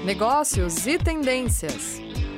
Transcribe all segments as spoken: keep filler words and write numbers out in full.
Negócios e tendências.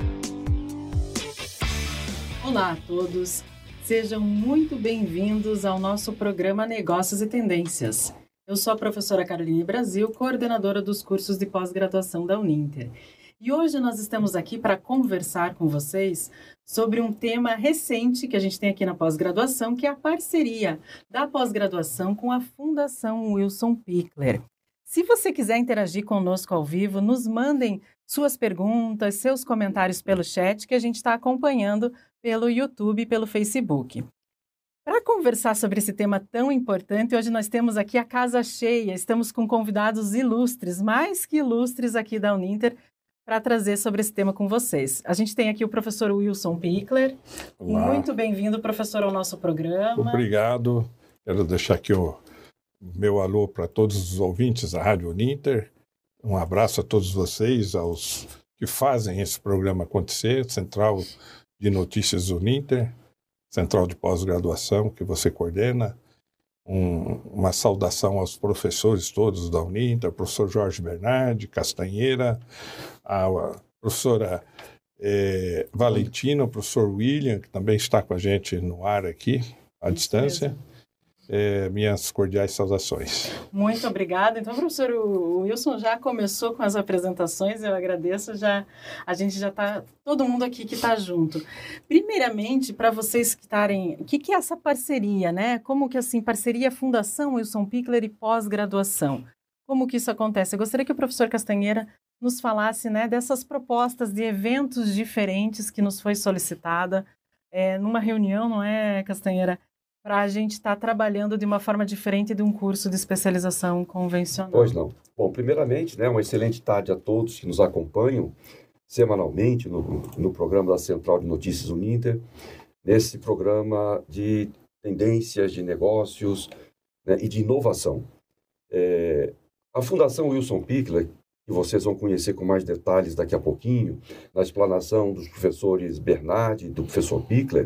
Olá a todos, sejam muito bem-vindos ao nosso programa Negócios e Tendências. Eu sou a professora Caroline Brasil, coordenadora dos cursos de pós-graduação da Uninter. E hoje nós estamos aqui para conversar com vocês sobre um tema recente que a gente tem aqui na pós-graduação, que é a parceria da pós-graduação com a Fundação Wilson Pickler. Se você quiser interagir conosco ao vivo, nos mandem suas perguntas, seus comentários pelo chat, que a gente está acompanhando pelo YouTube e pelo Facebook. Para conversar sobre esse tema tão importante, hoje nós temos aqui a casa cheia, estamos com convidados ilustres, mais que ilustres aqui da Uninter, para trazer sobre esse tema com vocês. A gente tem aqui o professor Wilson Pickler. Olá. Muito bem-vindo, professor, ao nosso programa. Obrigado. Quero deixar aqui o meu alô para todos os ouvintes da Rádio Uninter. Um abraço a todos vocês, aos que fazem esse programa acontecer, Central de Notícias Uninter, Central de Pós-Graduação, que você coordena. Um, uma saudação aos professores todos da Uninter, professor Jorge Bernardi, Castanheira, a, a professora eh, Valentina, o professor William, que também está com a gente no ar aqui, à distância. É, minhas cordiais saudações. Muito obrigada. Então, professor, o Wilson já começou com as apresentações, eu agradeço, já, a gente já está, todo mundo aqui que está junto. Primeiramente, para vocês que estarem, o que, que é essa parceria, né? Como que, assim, parceria Fundação Wilson Pickler e pós-graduação? Como que isso acontece? Eu gostaria que o professor Castanheira nos falasse, né, dessas propostas de eventos diferentes que nos foi solicitada, é, numa reunião, não é, Castanheira? Para a gente estar tá trabalhando de uma forma diferente de um curso de especialização convencional. Pois não. Bom, primeiramente, né, uma excelente tarde a todos que nos acompanham semanalmente no, no programa da Central de Notícias Uninter, nesse programa de tendências de negócios, né, e de inovação. É, a Fundação Wilson Pickler, que vocês vão conhecer com mais detalhes daqui a pouquinho, na explanação dos professores Bernardi e do professor Pickler,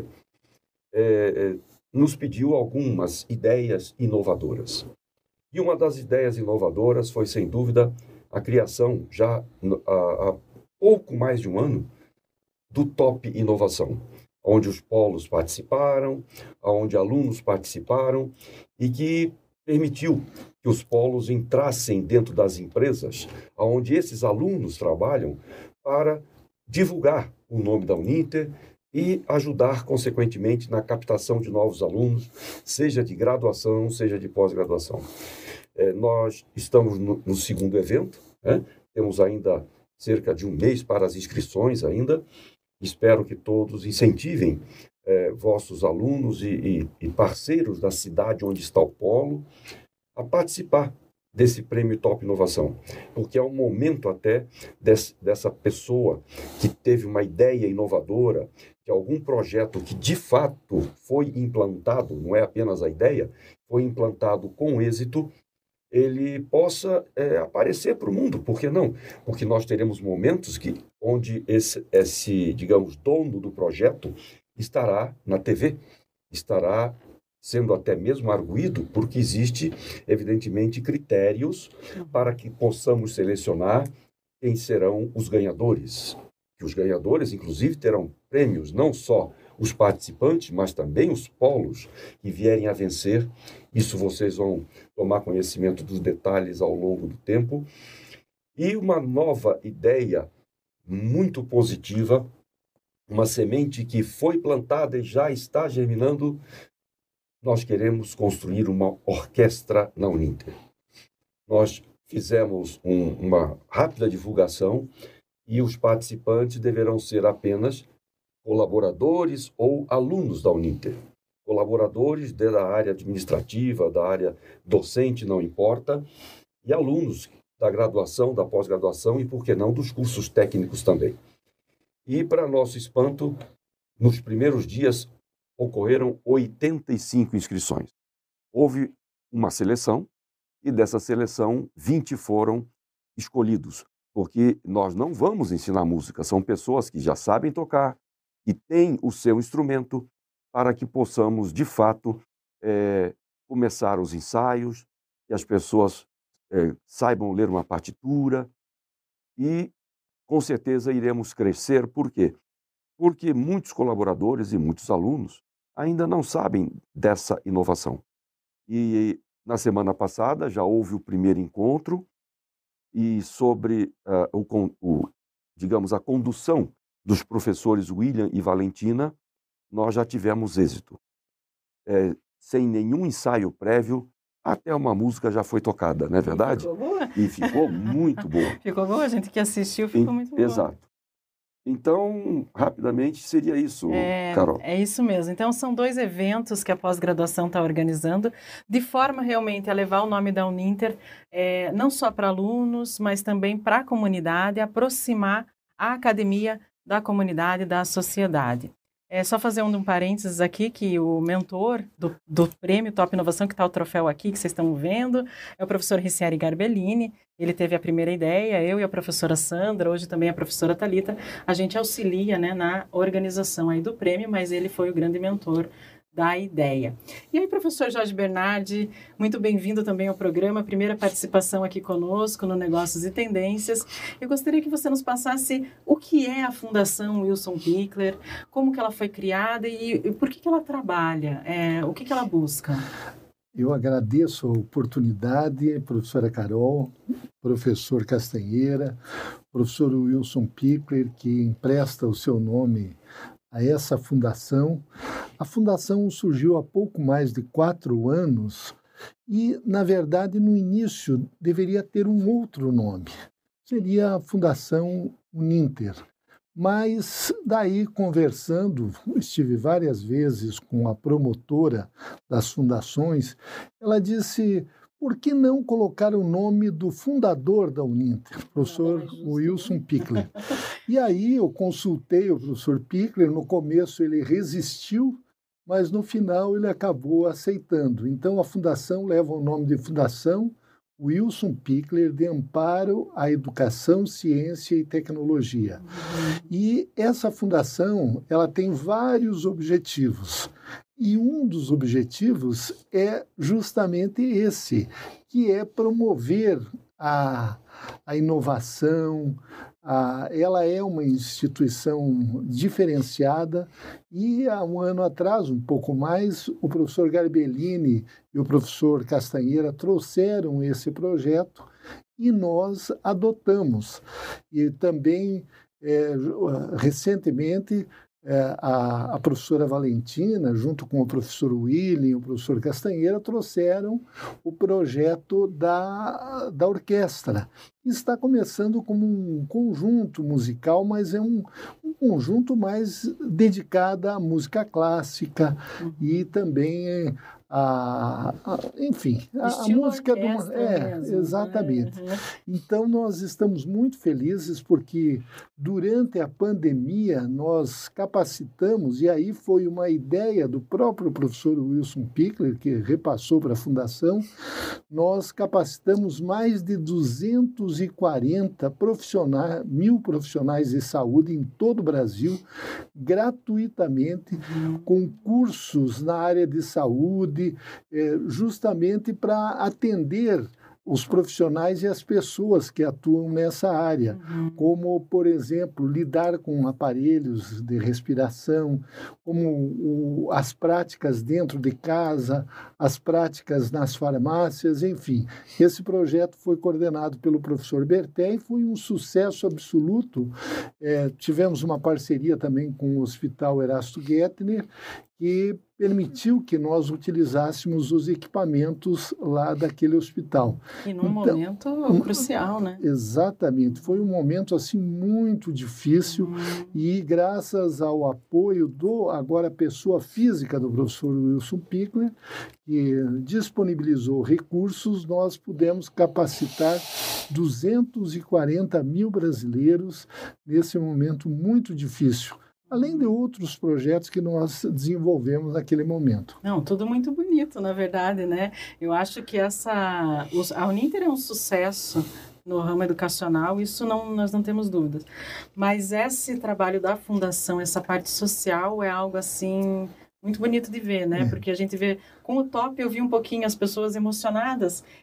é, é, nos pediu algumas ideias inovadoras. E uma das ideias inovadoras foi, sem dúvida, a criação, já há, há pouco mais de um ano, do Top Inovação, onde os polos participaram, onde alunos participaram e que permitiu que os polos entrassem dentro das empresas, onde esses alunos trabalham, para divulgar o nome da Uninter e ajudar, consequentemente, na captação de novos alunos, seja de graduação, seja de pós-graduação. É, nós estamos no, no segundo evento, né? Temos ainda cerca de um mês para as inscrições ainda. Espero que todos incentivem é, vossos alunos e, e, e parceiros da cidade onde está o polo a participar desse prêmio Top Inovação, porque é um momento até desse, dessa pessoa que teve uma ideia inovadora, que algum projeto que de fato foi implantado, não é apenas a ideia, foi implantado com êxito, ele possa é, aparecer para o mundo. Por que não? Porque nós teremos momentos que, onde esse, esse, digamos, dono do projeto estará na T V, estará sendo até mesmo arguido, porque existe, evidentemente, critérios para que possamos selecionar quem serão os ganhadores. Que os ganhadores, inclusive, terão prêmios, não só os participantes, mas também os polos que vierem a vencer. Isso vocês vão tomar conhecimento dos detalhes ao longo do tempo. E uma nova ideia muito positiva, uma semente que foi plantada e já está germinando. Nós queremos construir uma orquestra na Uninter. Nós fizemos um, uma rápida divulgação e os participantes deverão ser apenas colaboradores ou alunos da Uninter. Colaboradores da área administrativa, da área docente, não importa, e alunos da graduação, da pós-graduação e, por que não, dos cursos técnicos também. E, para nosso espanto, nos primeiros dias, ocorreram oitenta e cinco inscrições. Houve uma seleção e dessa seleção vinte foram escolhidos, porque nós não vamos ensinar música, são pessoas que já sabem tocar e têm o seu instrumento para que possamos, de fato, é, começar os ensaios, que as pessoas é, saibam ler uma partitura e com certeza iremos crescer. Por quê? Porque muitos colaboradores e muitos alunos ainda não sabem dessa inovação. E na semana passada já houve o primeiro encontro e sobre uh, o, o, digamos, a condução dos professores William e Valentina, nós já tivemos êxito. É, sem nenhum ensaio prévio, até uma música já foi tocada, não é verdade? Ficou boa. E ficou muito boa. Ficou boa, a gente que assistiu ficou e, muito boa. Exato. Então, rapidamente, seria isso, é, Carol. É isso mesmo. Então, são dois eventos que a pós-graduação está organizando, de forma realmente a levar o nome da Uninter, é, não só para alunos, mas também para a comunidade, aproximar a academia da comunidade, da sociedade. É só fazer um, um parênteses aqui, que o mentor do, do Prêmio Top Inovação, que está o troféu aqui, que vocês estão vendo, é o professor Ricieri Garbellini. Ele teve a primeira ideia, eu e a professora Sandra, hoje também a professora Thalita, a gente auxilia, né, na organização aí do prêmio, mas ele foi o grande mentor da ideia. E aí, professor Jorge Bernardi, muito bem-vindo também ao programa, primeira participação aqui conosco no Negócios e Tendências. Eu gostaria que você nos passasse o que é a Fundação Wilson Pickler, como que ela foi criada e, e por que que ela trabalha, é, o que que ela busca. Eu agradeço a oportunidade, professora Carol, professor Castanheira, professor Wilson Pickler, que empresta o seu nome a essa fundação. A fundação surgiu há pouco mais de quatro anos e, na verdade, no início deveria ter um outro nome. Seria a Fundação Uninter. Mas daí, conversando, estive várias vezes com a promotora das fundações, ela disse, por que não colocar o nome do fundador da Uninter, professor Wilson Pickler? E aí eu consultei o professor Pickler, no começo ele resistiu, mas no final ele acabou aceitando. Então a fundação leva o nome de Fundação Wilson Pickler de Amparo à Educação, Ciência e Tecnologia. E essa fundação, ela tem vários objetivos. E um dos objetivos é justamente esse, que é promover a, a inovação. A, ela é uma instituição diferenciada e há um ano atrás, um pouco mais, o professor Garbellini e o professor Castanheira trouxeram esse projeto e nós adotamos. E também, é, recentemente, É, a, a professora Valentina, junto com o professor William e o professor Castanheira, trouxeram o projeto da, da orquestra. Está começando como um conjunto musical, mas é um, um conjunto mais dedicado à música clássica e também a, a enfim, a, a música do é, mesmo, exatamente. Né? Então nós estamos muito felizes porque durante a pandemia nós capacitamos, e aí foi uma ideia do próprio professor Wilson Pickler, que repassou para a fundação, nós capacitamos mais de duzentos e quarenta profissionais, mil profissionais de saúde em todo o Brasil, gratuitamente, uhum. com cursos na área de saúde, justamente para atender os profissionais e as pessoas que atuam nessa área, uhum. como, por exemplo, lidar com aparelhos de respiração, como o, as práticas dentro de casa, as práticas nas farmácias, enfim. Esse projeto foi coordenado pelo professor Berté e foi um sucesso absoluto. É, tivemos uma parceria também com o Hospital Erasto Gettner, que permitiu que nós utilizássemos os equipamentos lá daquele hospital. E num então, momento um, crucial, né? Exatamente. Foi um momento, assim, muito difícil uhum. e graças ao apoio do, agora, pessoa física do professor Wilson Pickler, que disponibilizou recursos, nós pudemos capacitar duzentos e quarenta mil brasileiros nesse momento muito difícil. Além de outros projetos que nós desenvolvemos naquele momento. Não, tudo muito bonito, na verdade, né? Eu acho que essa, a Uninter é um sucesso no ramo educacional, isso não, nós não temos dúvidas. Mas esse trabalho da fundação, essa parte social, é algo assim muito bonito de ver, né? É. Porque a gente vê, com o Top eu vi um pouquinho as pessoas emocionadas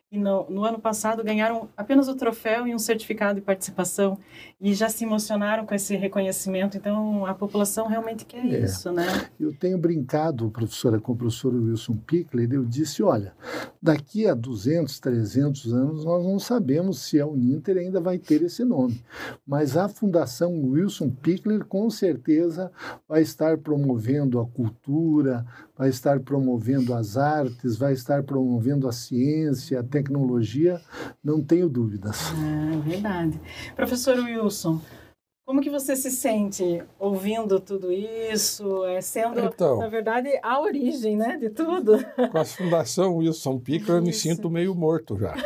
e no, no ano passado ganharam apenas o troféu e um certificado de participação e já se emocionaram com esse reconhecimento. Então, a população realmente quer É. isso, né? Eu tenho brincado, professora, com o professor Wilson Pickler, eu disse, olha, daqui a duzentos, trezentos anos nós não sabemos se a Uninter ainda vai ter esse nome, mas a Fundação Wilson Pickler com certeza vai estar promovendo a cultura, vai estar promovendo as artes, vai estar promovendo a ciência, a tecnologia, não tenho dúvidas. É verdade. Professor Wilson, como que você se sente ouvindo tudo isso, é, sendo, Então, na verdade, a origem, né, de tudo? com a Fundação Wilson Pickler, eu me Isso. sinto meio morto já.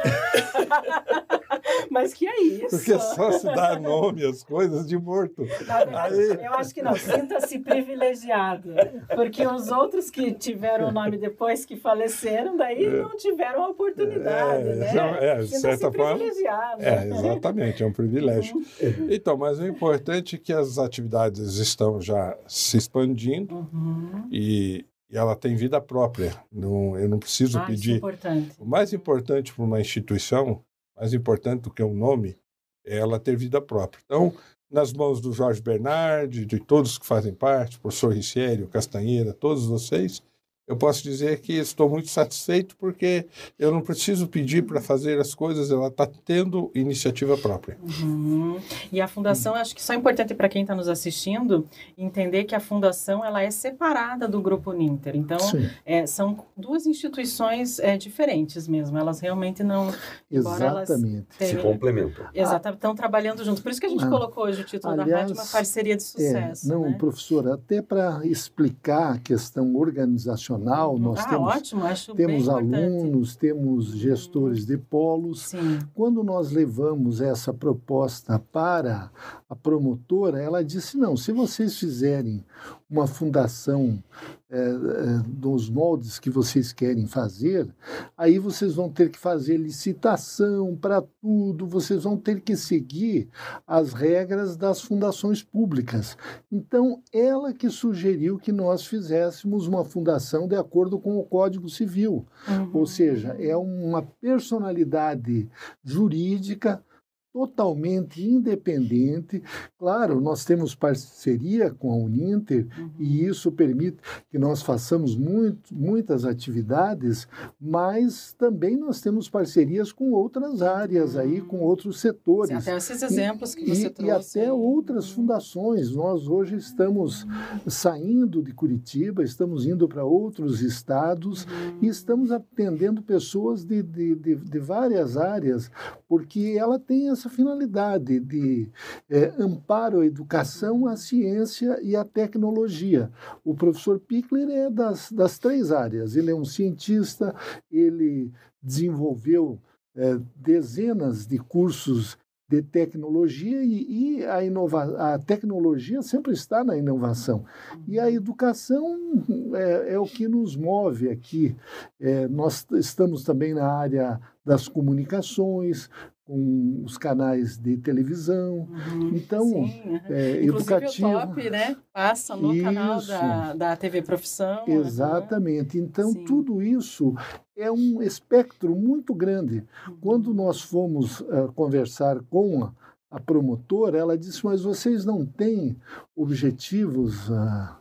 Mas que é isso? Porque só se dá nome às coisas de morto. Na verdade, Aí- eu acho que não, sinta-se privilegiado, porque os outros que tiveram o nome depois que faleceram, daí não tiveram a oportunidade, É, né? então, é, de Sinta-se certa forma, privilegiado. É, exatamente, é um privilégio. Então, mas o importante é que as atividades estão já se expandindo Uhum. e, e ela tem vida própria. Não, eu não preciso Ah, isso é pedir. importante. O mais importante para uma instituição, mais importante do que um nome, é ela ter vida própria. Então, nas mãos do Jorge Bernardi, de todos que fazem parte, o professor Ricieri, o Castanheira, todos vocês, eu posso dizer que estou muito satisfeito porque eu não preciso pedir para fazer as coisas, ela está tendo iniciativa própria. Uhum. E a fundação, acho que só é importante para quem está nos assistindo entender que a fundação ela é separada do Grupo Uninter. Então, Sim, é, são duas instituições é, diferentes mesmo. Elas realmente não... embora elas exatamente. Se tenham- complementam. Exatamente, estão trabalhando juntos. Por isso que a gente Ah, colocou hoje o título da aliás, rádio, uma parceria de É, sucesso. não, né? professora, até para explicar a questão organizacional, nós ah, temos, ótimo, acho temos bem importante. alunos, temos gestores de polos. Sim. Quando nós levamos essa proposta para a promotora, ela disse, não, se vocês fizerem uma fundação é, é, dos moldes que vocês querem fazer, aí vocês vão ter que fazer licitação para tudo, vocês vão ter que seguir as regras das fundações públicas. Então, ela que sugeriu que nós fizéssemos uma fundação de acordo com o Código Civil. Uhum. Ou seja, é uma personalidade jurídica totalmente independente. Claro, nós temos parceria com a Uninter Uhum. e isso permite que nós façamos muito, muitas atividades, mas também nós temos parcerias com outras áreas aí, com outros setores. Até esses exemplos que E- você e, trouxe. e até aí. outras fundações. Nós hoje estamos saindo de Curitiba, estamos indo para outros estados e estamos atendendo pessoas de, de, de, de várias áreas, porque ela tem essa finalidade de é, amparo à educação, à ciência e à tecnologia. O professor Pickler é das, das três áreas. Ele é um cientista, ele desenvolveu é, dezenas de cursos de tecnologia e, e a, inova a tecnologia sempre está na inovação. E a educação é, é o que nos move aqui. É, nós estamos também na área das comunicações, com os canais de televisão. Uhum. Então, Sim, uhum. é, Inclusive educativo. o Top, né? Passa no Isso. canal da, da T V Profissão. Exatamente. Então, Sim. tudo isso é um espectro muito grande. Quando nós fomos uh, conversar com a, a promotora, ela disse, mas vocês não têm objetivos uh,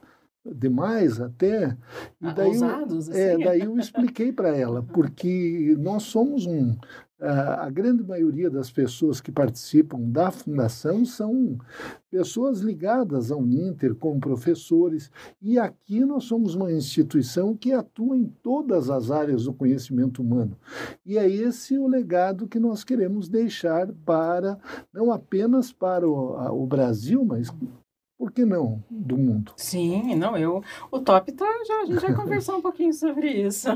demais até? E Ah, daí, eu- ousados, assim? é, daí eu expliquei para ela, porque nós somos um... Uh, a grande maioria das pessoas que participam da fundação são pessoas ligadas ao Uninter, como professores, e aqui nós somos uma instituição que atua em todas as áreas do conhecimento humano. E é esse o legado que nós queremos deixar para, não apenas para o, a, o Brasil, mas, por que não, do mundo. Sim, não, eu, o Top tá, já, a gente já conversou um pouquinho sobre isso.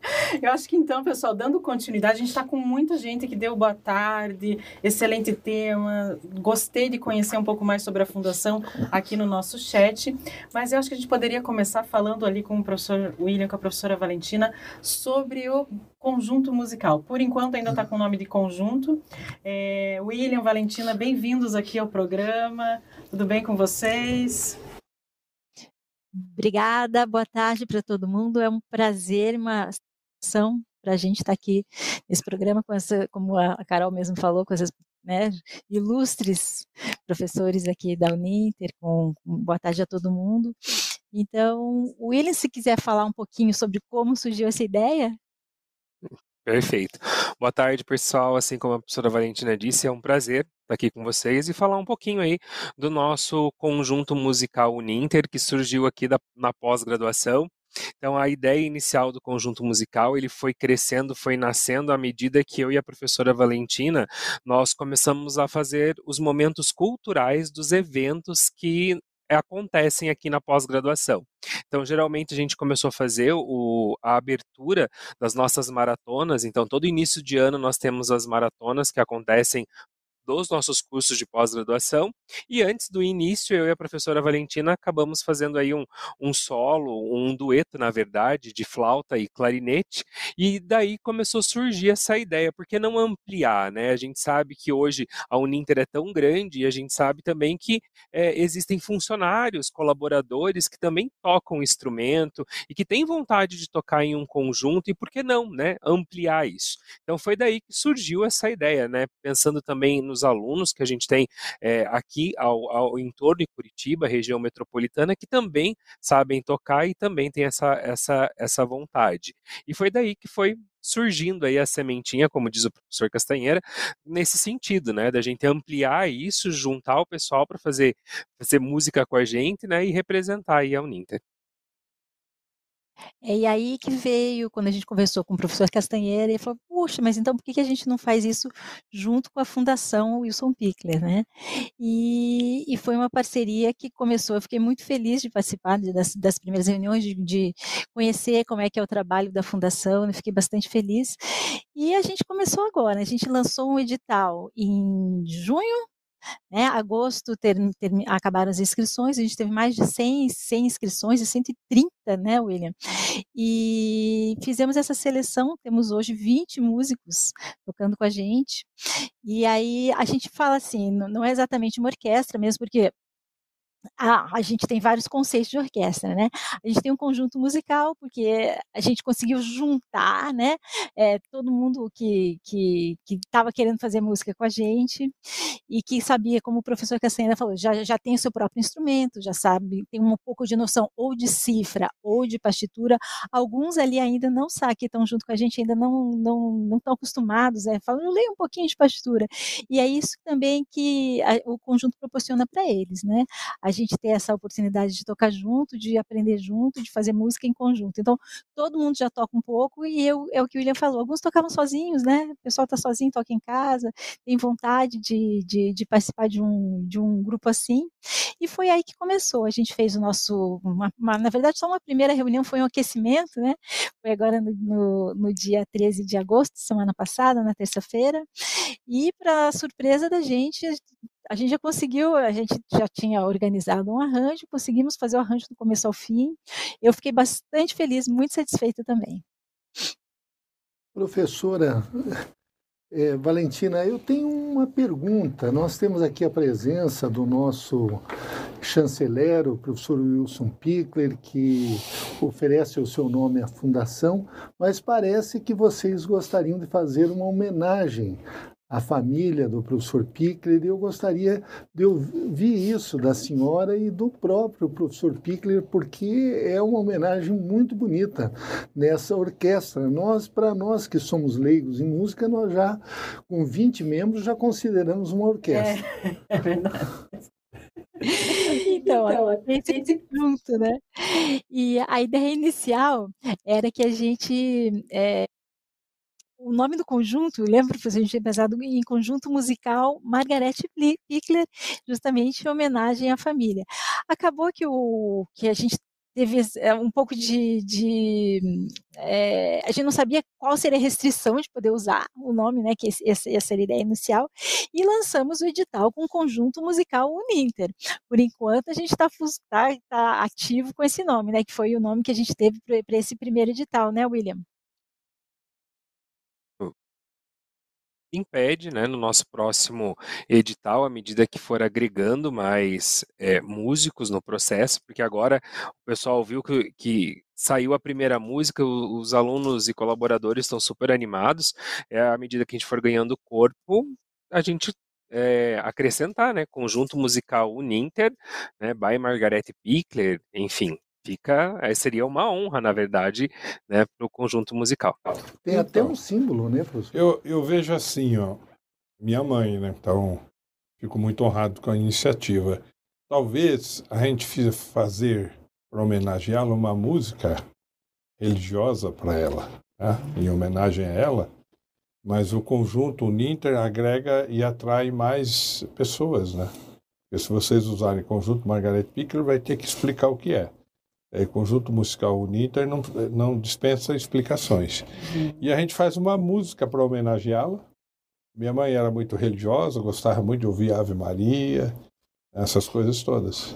Eu acho que então, pessoal, dando continuidade, a gente está com muita gente que deu boa tarde, excelente tema, gostei de conhecer um pouco mais sobre a Fundação aqui no nosso chat, mas eu acho que a gente poderia começar falando ali com o professor William, com a professora Valentina, sobre o conjunto musical. Por enquanto ainda está com o nome de conjunto. É, William, Valentina, bem-vindos aqui ao programa. Tudo bem com vocês? Obrigada, boa tarde para todo mundo. É um prazer, uma satisfação para a gente estar aqui nesse programa, com essa, como a Carol mesmo falou, com essas, né, ilustres professores aqui da Uninter, com, com boa tarde a todo mundo. Então, William, se quiser falar um pouquinho sobre como surgiu essa ideia. Perfeito. Boa tarde, pessoal. Assim como a professora Valentina disse, é um prazer estar aqui com vocês e falar um pouquinho aí do nosso conjunto musical Uninter, que surgiu aqui da, na pós-graduação. Então, a ideia inicial do conjunto musical, ele foi crescendo, foi nascendo à medida que eu e a professora Valentina, nós começamos a fazer os momentos culturais dos eventos que acontecem aqui na pós-graduação. Então, geralmente, a gente começou a fazer o, a abertura das nossas maratonas. Então, todo início de ano nós temos as maratonas que acontecem dos nossos cursos de pós-graduação, e antes do início, eu e a professora Valentina acabamos fazendo aí um, um solo, um dueto, na verdade, de flauta e clarinete, e daí começou a surgir essa ideia, por que não ampliar, né? A gente sabe que hoje a Uninter é tão grande, e a gente sabe também que é, existem funcionários, colaboradores que também tocam instrumento, e que têm vontade de tocar em um conjunto, e por que não, né, ampliar isso? Então foi daí que surgiu essa ideia, né? Pensando também nos alunos que a gente tem é, aqui ao, ao entorno de Curitiba, região metropolitana, que também sabem tocar e também tem essa, essa, essa vontade. E foi daí que foi surgindo aí a sementinha, como diz o professor Castanheira, nesse sentido, né, da gente ampliar isso, juntar o pessoal para fazer, fazer música com a gente, né, e representar aí a Uninter. É, e aí que veio, quando a gente conversou com o professor Castanheira, ele falou, puxa, mas então por que que a gente não faz isso junto com a Fundação Wilson Pickler, né? E, e foi uma parceria que começou, eu fiquei muito feliz de participar de, das, das primeiras reuniões, de, de conhecer como é que é o trabalho da Fundação, eu fiquei bastante feliz. E a gente começou agora, a gente lançou um edital em junho, né, agosto ter, ter, acabaram as inscrições, a gente teve mais de cem, cem inscrições, de cento e trinta, né, William? E fizemos essa seleção, temos hoje vinte músicos tocando com a gente, e aí a gente fala assim, não, não é exatamente uma orquestra mesmo, porque a, a gente tem vários conceitos de orquestra, né? A gente tem um conjunto musical, porque a gente conseguiu juntar, né, é, todo mundo que que estava querendo fazer música com a gente e que sabia, como o professor Castanheira falou, já, já tem o seu próprio instrumento, já sabe, tem um pouco de noção ou de cifra ou de partitura. Alguns ali ainda não sabem, que estão junto com a gente, ainda não não não estão acostumados, né? Falam, eu leio um pouquinho de partitura. E é isso também que a, o conjunto proporciona para eles, né? A gente ter essa oportunidade de tocar junto, de aprender junto, de fazer música em conjunto. Então, todo mundo já toca um pouco e eu, é o que o William falou, alguns tocavam sozinhos, né? O pessoal está sozinho, toca em casa, tem vontade de, de, de participar de um, de um grupo assim. E foi aí que começou. A gente fez o nosso, uma, uma, na verdade, só uma primeira reunião, foi um aquecimento, né? Foi agora no, no, no dia treze de agosto, semana passada, na terça-feira. E, para surpresa da gente, a gente já conseguiu, a gente já tinha organizado um arranjo, conseguimos fazer o arranjo do começo ao fim. Eu fiquei bastante feliz, muito satisfeita também. Professora é, Valentina, eu tenho uma pergunta. Nós temos aqui a presença do nosso chanceler, o professor Wilson Pickler, que oferece o seu nome à fundação, mas parece que vocês gostariam de fazer uma homenagem a família do professor Pickler, e eu gostaria de ouvir isso da senhora e do próprio professor Pickler, porque é uma homenagem muito bonita nessa orquestra. Nós, para nós que somos leigos em música, nós já, com vinte membros, já consideramos uma orquestra. É, é verdade. Então, então a gente junto, né? E a ideia inicial era que a gente... É, o nome do conjunto, lembro que a gente tinha pensado em conjunto musical Margarete Pickler, justamente em homenagem à família. Acabou que, o, que a gente teve um pouco de... de é, a gente não sabia qual seria a restrição de poder usar o nome, né, que esse, essa era a ideia inicial, e lançamos o edital com o conjunto musical Uninter. Por enquanto, a gente está tá, tá ativo com esse nome, né, que foi o nome que a gente teve para esse primeiro edital, né, William? impede, né, no nosso próximo edital, à medida que for agregando mais é, músicos no processo, porque agora o pessoal viu que, que saiu a primeira música, os alunos e colaboradores estão super animados, é, à medida que a gente for ganhando corpo, a gente é, acrescentar, né, conjunto musical Uninter, né, by Margarete Pickler, enfim, fica, seria uma honra, na verdade, né, para o conjunto musical. Tem então, até um símbolo, né, professor? Eu, eu vejo assim, ó, minha mãe, né, então fico muito honrado com a iniciativa. Talvez a gente fiz fazer, para homenageá-la, uma música religiosa para ela, né, em homenagem a ela, mas o conjunto Uninter agrega e atrai mais pessoas, né? Porque se vocês usarem conjunto Margarete Pickler, vai ter que explicar o que é. É, conjunto musical Uninter não, não dispensa explicações. Uhum. E a gente faz uma música para homenageá-la. Minha mãe era muito religiosa, gostava muito de ouvir Ave Maria, essas coisas todas.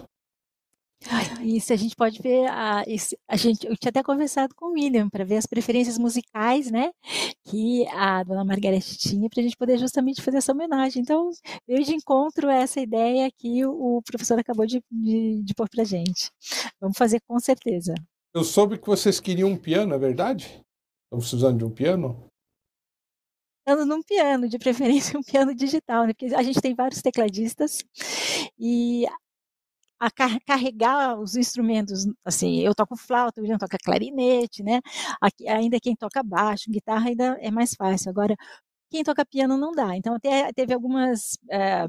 Isso a gente pode ver, a, isso, a gente, eu tinha até conversado com o William para ver as preferências musicais, né, que a dona Margarete tinha, para a gente poder justamente fazer essa homenagem. Então, veio de encontro a essa ideia que o, o professor acabou de, de, de pôr para a gente. Vamos fazer com certeza. Eu soube que vocês queriam um piano, é verdade? Estão precisando de um piano? Pensando num piano, de preferência um piano digital, né, porque a gente tem vários tecladistas e a car- carregar os instrumentos, assim, eu toco flauta, o William toca clarinete, né, aqui, ainda quem toca baixo, guitarra ainda é mais fácil, agora quem toca piano não dá, então até teve algumas, é,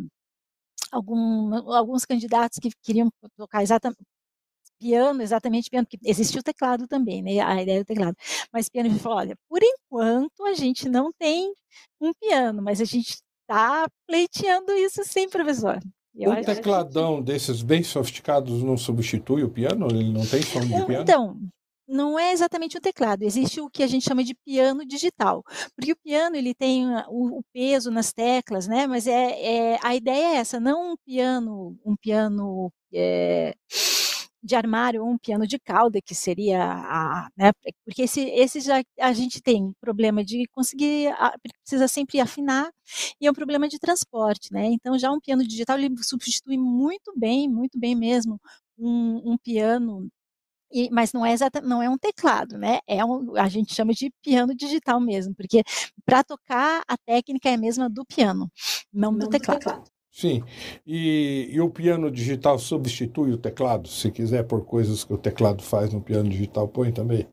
algum, alguns candidatos que queriam tocar exatamente piano, exatamente piano, porque existiu o teclado também, né, a ideia do teclado, mas piano, a gente falou, olha, por enquanto a gente não tem um piano, mas a gente está pleiteando isso sim, professor. Eu um tecladão que... desses bem sofisticados não substitui o piano? Ele não tem som de piano? Então, não é exatamente o teclado. Existe o que a gente chama de piano digital. Porque o piano ele tem o, o peso nas teclas, né? Mas é, é, a ideia é essa, não um piano, um piano é, de armário ou um piano de cauda, que seria a, né? Porque esse, esse já a gente tem problema de conseguir, precisa sempre afinar, e é um problema de transporte, né? Então já um piano digital ele substitui muito bem, muito bem mesmo, um, um piano, e, mas não é exata, não é um teclado, né? É um, a gente chama de piano digital mesmo, porque para tocar a técnica é a mesma do piano, não, não do teclado. Do teclado. Sim, e, e o piano digital substitui o teclado? Se quiser pôr coisas que o teclado faz no piano digital, põe também?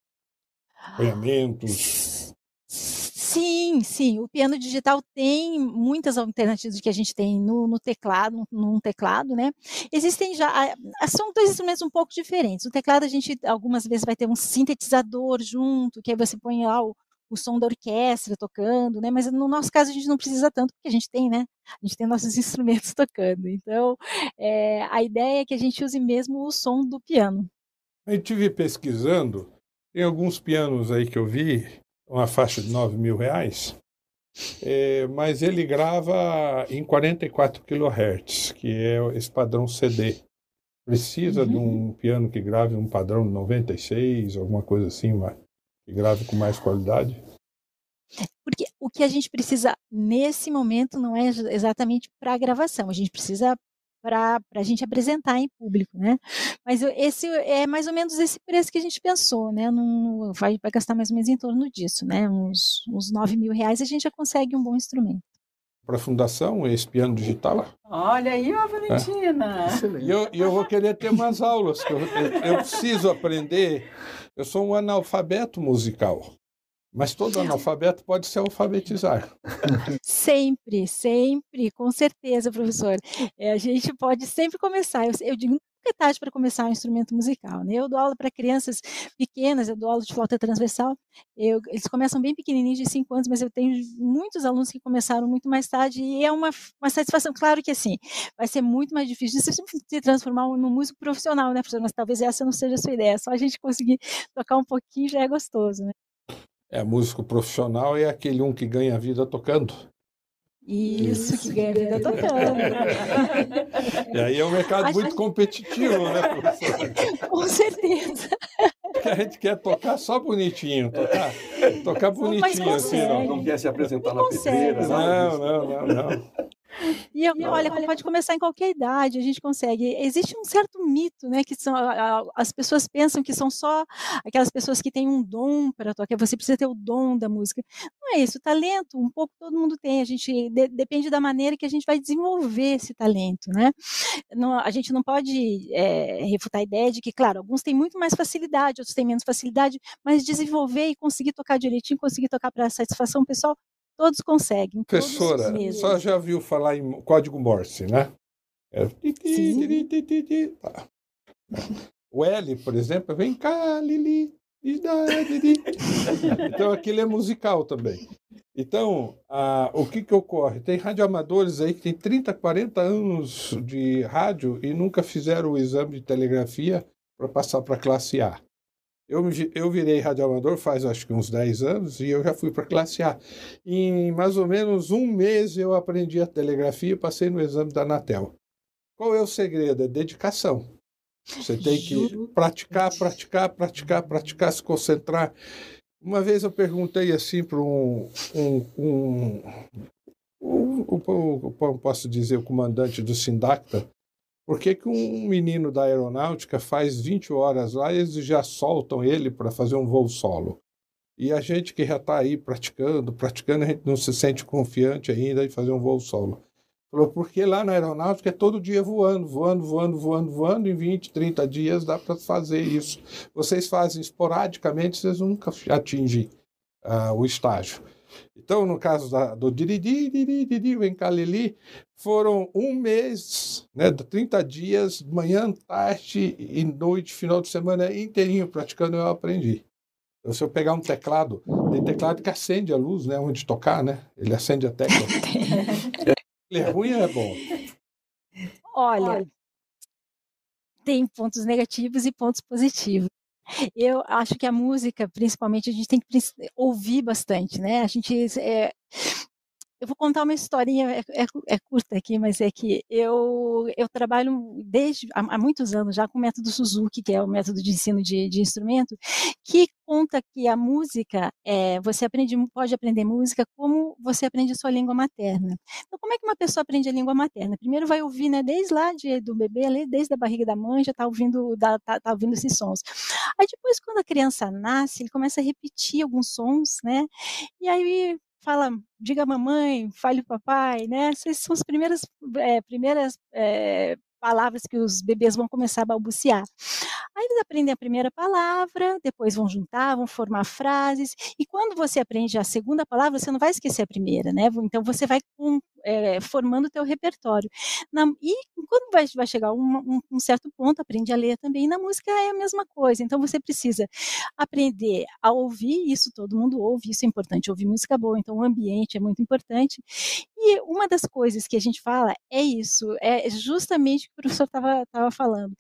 Acompanhamentos? Sim, sim. O piano digital tem muitas alternativas que a gente tem no, no teclado, num teclado, né? Existem já, são dois instrumentos um pouco diferentes. O teclado a gente algumas vezes vai ter um sintetizador junto, que aí você põe lá o o som da orquestra tocando, né? Mas no nosso caso a gente não precisa tanto, porque a gente tem, né? A gente tem nossos instrumentos tocando. Então, é, a ideia é que a gente use mesmo o som do piano. Eu estive pesquisando, tem alguns pianos aí que eu vi, uma faixa de nove mil reais, é, mas ele grava em quarenta e quatro quilohertz, que é esse padrão C D. Precisa uhum. de um piano que grave um padrão de noventa e seis, alguma coisa assim, mas que grave com mais qualidade? Porque o que a gente precisa nesse momento não é exatamente para a gravação, a gente precisa para a gente apresentar em público, né? Mas esse é mais ou menos esse preço que a gente pensou, né? Num, vai, vai gastar mais ou menos em torno disso, né? Uns, uns nove mil reais a gente já consegue um bom instrumento. Para a fundação, esse piano digital? Olha aí, ó, Valentina! É. E eu, eu vou querer ter umas aulas, que eu, eu, eu preciso aprender. Eu sou um analfabeto musical, mas todo analfabeto pode se alfabetizar. Sempre, sempre, com certeza, professor. É, a gente pode sempre começar. Eu, eu digo, nunca é tarde para começar um instrumento musical, né? Eu dou aula para crianças pequenas, eu dou aula de flauta transversal. Eu, eles começam bem pequenininhos, de cinco anos, mas eu tenho muitos alunos que começaram muito mais tarde e é uma, uma satisfação. Claro que assim, vai ser muito mais difícil de se transformar num músico profissional, né, professor? Mas talvez essa não seja a sua ideia. Só a gente conseguir tocar um pouquinho já é gostoso, né? É, músico profissional é aquele um que ganha a vida tocando. Isso, que ganha a vida tocando. E aí é um mercado muito competitivo, né, professor? Com certeza. Porque a gente quer tocar só bonitinho, tocar, tocar bonitinho. Assim, não, não quer se apresentar na consegue. pedreira. Não, não, não, não. E olha, pode começar em qualquer idade, a gente consegue. Existe um certo mito, né, que são, as pessoas pensam que são só aquelas pessoas que têm um dom para tocar, você precisa ter o dom da música. Não é isso, o talento, um pouco todo mundo tem, a gente de, depende da maneira que a gente vai desenvolver esse talento, né? Não, a gente não pode é, refutar a ideia de que, claro, alguns têm muito mais facilidade, outros têm menos facilidade, mas desenvolver e conseguir tocar direitinho, conseguir tocar para satisfação pessoal, todos conseguem. Professora, todos só já viu falar em código Morse, né? É... Sim. Tá. O L, por exemplo, vem cá, Lili. Então aquilo é musical também. Então, ah, o que, que ocorre? Tem radioamadores aí que tem trinta, quarenta anos de rádio e nunca fizeram o exame de telegrafia para passar para a classe A. Eu, eu virei radioamador faz acho que uns dez anos e eu já fui para a classe A. Em mais ou menos um mês eu aprendi a telegrafia e passei no exame da Anatel. Qual é o segredo? É dedicação. Você tem que praticar, praticar, praticar, praticar, se concentrar. Uma vez eu perguntei assim para um, um, um, um, um, um, posso dizer, o comandante do Sindacta, por que que um menino da aeronáutica faz vinte horas lá e eles já soltam ele para fazer um voo solo? E a gente que já está aí praticando, praticando, a gente não se sente confiante ainda em fazer um voo solo. Falou, porque lá na aeronáutica é todo dia voando, voando, voando, voando, voando, em vinte, trinta dias dá para fazer isso. Vocês fazem esporadicamente, vocês nunca atingem uh, o estágio. Então, no caso da, do diridi, diridi, vem cá, Lili, foram um mês, né, trinta dias, manhã, tarde e noite, final de semana inteirinho praticando, eu aprendi. Então, se eu pegar um teclado, tem teclado que acende a luz, né, onde tocar, né? Ele acende a tecla. Ele é ruim ou é bom? Olha, tem pontos negativos e pontos positivos. Eu acho que a música, principalmente, a gente tem que ouvir bastante, né? A gente... É... Eu vou contar uma historinha, é, é, é curta aqui, mas é que eu, eu trabalho desde há, há muitos anos já com o método Suzuki, que é o método de ensino de, de instrumento, que conta que a música, é, você aprende, pode aprender música como você aprende a sua língua materna. Então, como é que uma pessoa aprende a língua materna? Primeiro vai ouvir, né, desde lá de, do bebê, desde a barriga da mãe, já está ouvindo, tá, tá ouvindo esses sons. Aí depois, quando a criança nasce, ele começa a repetir alguns sons, né, e aí fala, diga mamãe, fale papai, né? Essas são as primeiras, é, primeiras é, palavras que os bebês vão começar a balbuciar. Aí eles aprendem a primeira palavra, depois vão juntar, vão formar frases, e quando você aprende a segunda palavra, você não vai esquecer a primeira, né? Então você vai com, é, formando o teu repertório. Na, e quando vai, vai chegar um, um, um certo ponto, aprende a ler também, e na música é a mesma coisa. Então você precisa aprender a ouvir, isso todo mundo ouve, isso é importante, ouvir música boa, então o ambiente é muito importante. E uma das coisas que a gente fala é isso, é justamente o que o professor estava falando.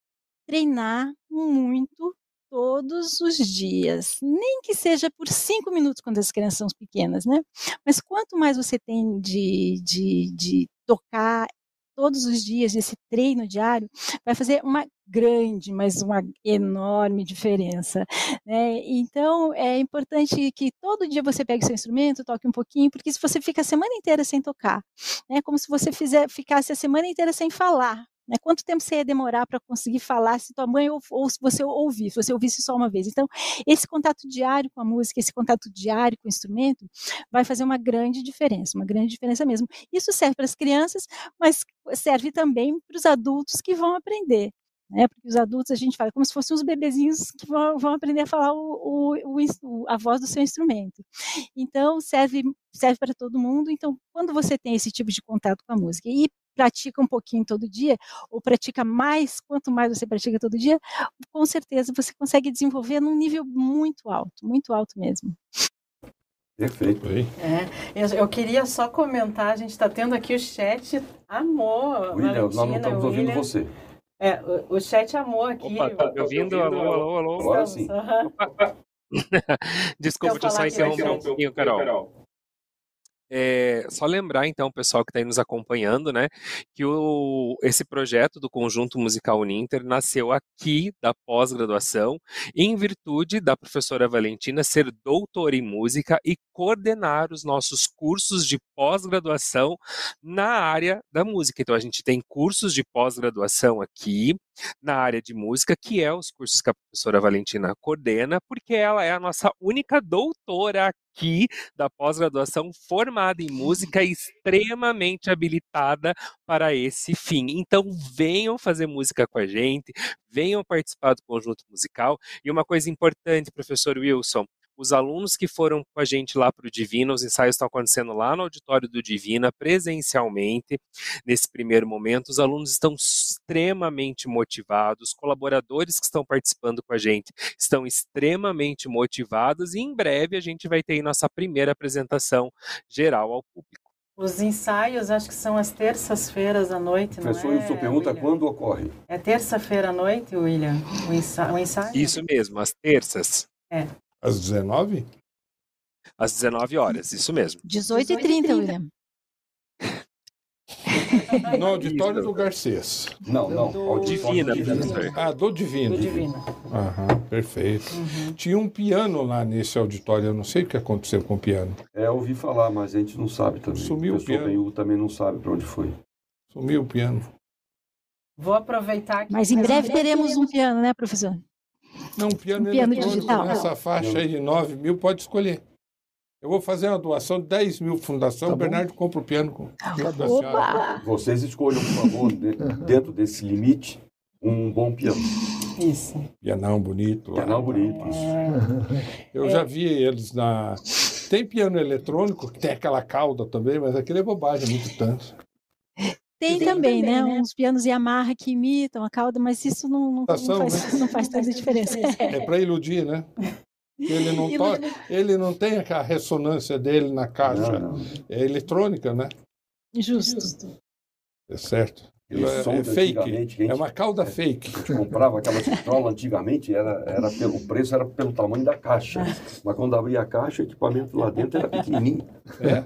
Treinar muito todos os dias, nem que seja por cinco minutos quando as crianças são pequenas, né? Mas quanto mais você tem de, de, de tocar todos os dias, esse treino diário, vai fazer uma grande, mas uma enorme diferença, né? Então, é importante que todo dia você pegue seu instrumento, toque um pouquinho, porque se você fica a semana inteira sem tocar, né? Como se você fizer, ficasse a semana inteira sem falar, né? Quanto tempo você ia demorar para conseguir falar se tua mãe ou, ou se você ouvir, se você ouvisse só uma vez? Então, esse contato diário com a música, esse contato diário com o instrumento, vai fazer uma grande diferença, uma grande diferença mesmo. Isso serve para as crianças, mas serve também para os adultos que vão aprender. Né, porque os adultos, a gente fala como se fossem os bebezinhos que vão, vão aprender a falar o, o, o, a voz do seu instrumento. Então, serve, serve para todo mundo. Então, quando você tem esse tipo de contato com a música e pratica um pouquinho todo dia, ou pratica mais, quanto mais você pratica todo dia, com certeza você consegue desenvolver num nível muito alto, muito alto mesmo. Perfeito. É, eu, eu queria só comentar, a gente está tendo aqui o chat amor. William, nós não estamos ouvindo você. É, o, o chat amou aqui. Opa, tá me ouvindo? Alô, alô, alô. Agora sim. Uhum. Desculpa, deixa eu só interromper um pouquinho, Carol. É, só lembrar, então, o pessoal que está aí nos acompanhando, né, que o, esse projeto do Conjunto Musical Uninter nasceu aqui da pós-graduação, em virtude da professora Valentina ser doutora em música e coordenar os nossos cursos de pós-graduação na área da música. Então, a gente tem cursos de pós-graduação aqui, na área de música, que é os cursos que a professora Valentina coordena, porque ela é a nossa única doutora aqui da pós-graduação formada em música e extremamente habilitada para esse fim. Então, venham fazer música com a gente, venham participar do conjunto musical. E uma coisa importante, professor Wilson, os alunos que foram com a gente lá para o Divina, os ensaios estão acontecendo lá no auditório do Divina, presencialmente, nesse primeiro momento. Os alunos estão extremamente motivados, os colaboradores que estão participando com a gente estão extremamente motivados e em breve a gente vai ter aí nossa primeira apresentação geral ao público. Os ensaios, acho que são as terças-feiras à noite, não é? Professor Wilson pergunta William? Quando ocorre. É terça-feira à noite, William, o ensaio? O ensaio? Isso mesmo, às terças. É. Às dezenove? Às dezenove horas, isso mesmo. dezoito e trinta, William. No auditório do Garcês. Não, não. Do- auditório Divina, do professor. Ah, do Divino. Do Divina. Aham, perfeito. Uhum. Tinha um piano lá nesse auditório, eu não sei o que aconteceu com o piano. É, eu ouvi falar, mas a gente não sabe também. Sumiu o o professor piano. Benhu também não sabe para onde foi. Sumiu o piano. Vou aproveitar que... Mas em breve teremos um piano, né, professor? Não, um piano, Um piano eletrônico digital. nessa faixa aí de nove mil, pode escolher. Eu vou fazer uma doação de dez mil fundação, Tá o bom. Bernardo compra o piano com Tá da bom. senhora. Opa! Vocês escolham, por favor, de- dentro desse limite, um bom piano. Isso. Pianão bonito. lá. Pianão bonito, isso. Eu já vi eles na... Tem piano eletrônico, que tem aquela cauda também, mas aquele é bobagem, muito tanto. Tem também, né? Uns pianos Yamaha que imitam a cauda, mas isso não, não, não Ação, faz, não faz tanta diferença. É para iludir, né? Ele não, to... ele não tem a ressonância dele na caixa. Não, não. É eletrônica, né? Justo. É certo. Aquele É, som é de fake. antigamente, que a É gente- uma cauda fake. A gente comprava aquela vitrola antigamente, era, era pelo, o preço era pelo tamanho da caixa. Mas quando abria a caixa, o equipamento lá dentro era pequenininho. É.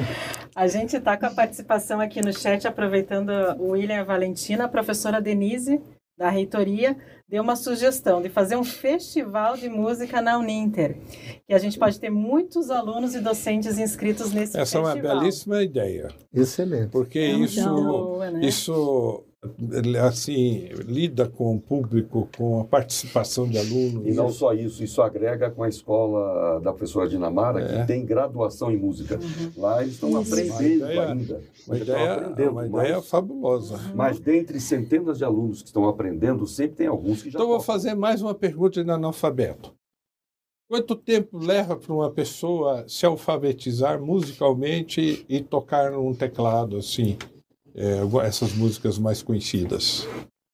A gente está com a participação aqui no chat, aproveitando o William e a Valentina. A professora Denise, da reitoria, deu uma sugestão de fazer um festival de música na Uninter. Que a gente pode ter muitos alunos e docentes inscritos nesse Essa é uma festival. belíssima ideia. Excelente. Porque Então, isso, boa, né? isso assim, lida com o público, com a participação de alunos. E não só isso, isso agrega com a escola da professora Dinamara, É. que tem graduação em música. Lá eles estão Isso. aprendendo Uma ideia- ainda. Uma Eles estão ideia, aprendendo, uma mas- ideia fabulosa. Mas dentre centenas de alunos que estão aprendendo, sempre tem alguns que já Então, vou tocam. fazer mais uma pergunta de analfabeto. Quanto tempo leva para uma pessoa se alfabetizar musicalmente e tocar num teclado, assim, é, essas músicas mais conhecidas?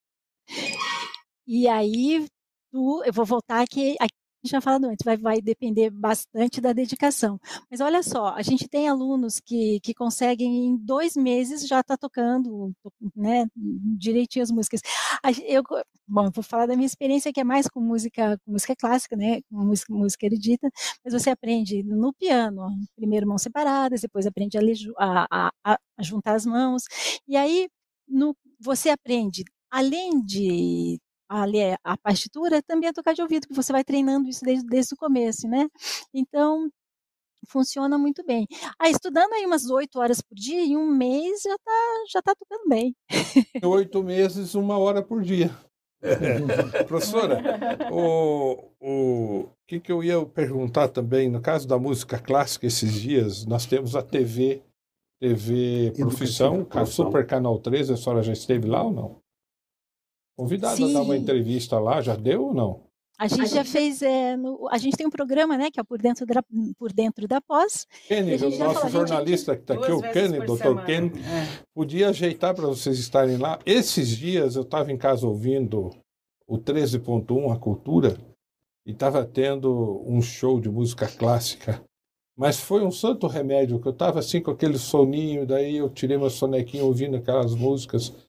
E aí, tu, eu vou voltar aqui, aqui a gente já falado antes, vai, vai depender bastante da dedicação. Mas olha só, a gente tem alunos que, que conseguem em dois meses já estar tocando, né, direitinho as músicas. A gen- Eu, bom, eu vou falar da minha experiência que é mais com música, com música clássica, né, com música, música erudita, mas você aprende no piano, primeiro mãos separadas, depois aprende a, ler ju- a, a, a- a juntar as mãos, e aí no, você aprende, além de a ler a partitura, também a tocar de ouvido, que você vai treinando isso desde, desde o começo, né? Então, funciona muito bem. Ah, estudando aí umas oito horas por dia, em um mês já tá, já tá tocando bem. Em oito meses, uma hora por dia. É. Professora, o, o que, que eu ia perguntar também, no caso da música clássica, esses dias, nós temos a T V, T V Profissão, a Super Canal treze, a senhora já esteve lá ou não? Convidada a dar uma Sim. entrevista lá, já deu ou não? A gente já fez, é, no- a gente tem um programa, né, que é o Por Dentro da, por dentro da Pós. Kenny, E a gente o já nosso falou, a gente- jornalista que está aqui, Duas o vezes Kenny, por doutor semana. Kenny, É. podia ajeitar para vocês estarem lá. Esses dias eu estava em casa ouvindo o treze ponto um, a Cultura, e estava tendo um show de música clássica. Mas foi um santo remédio, que eu estava assim com aquele soninho, daí eu tirei meu sonequinho ouvindo aquelas músicas.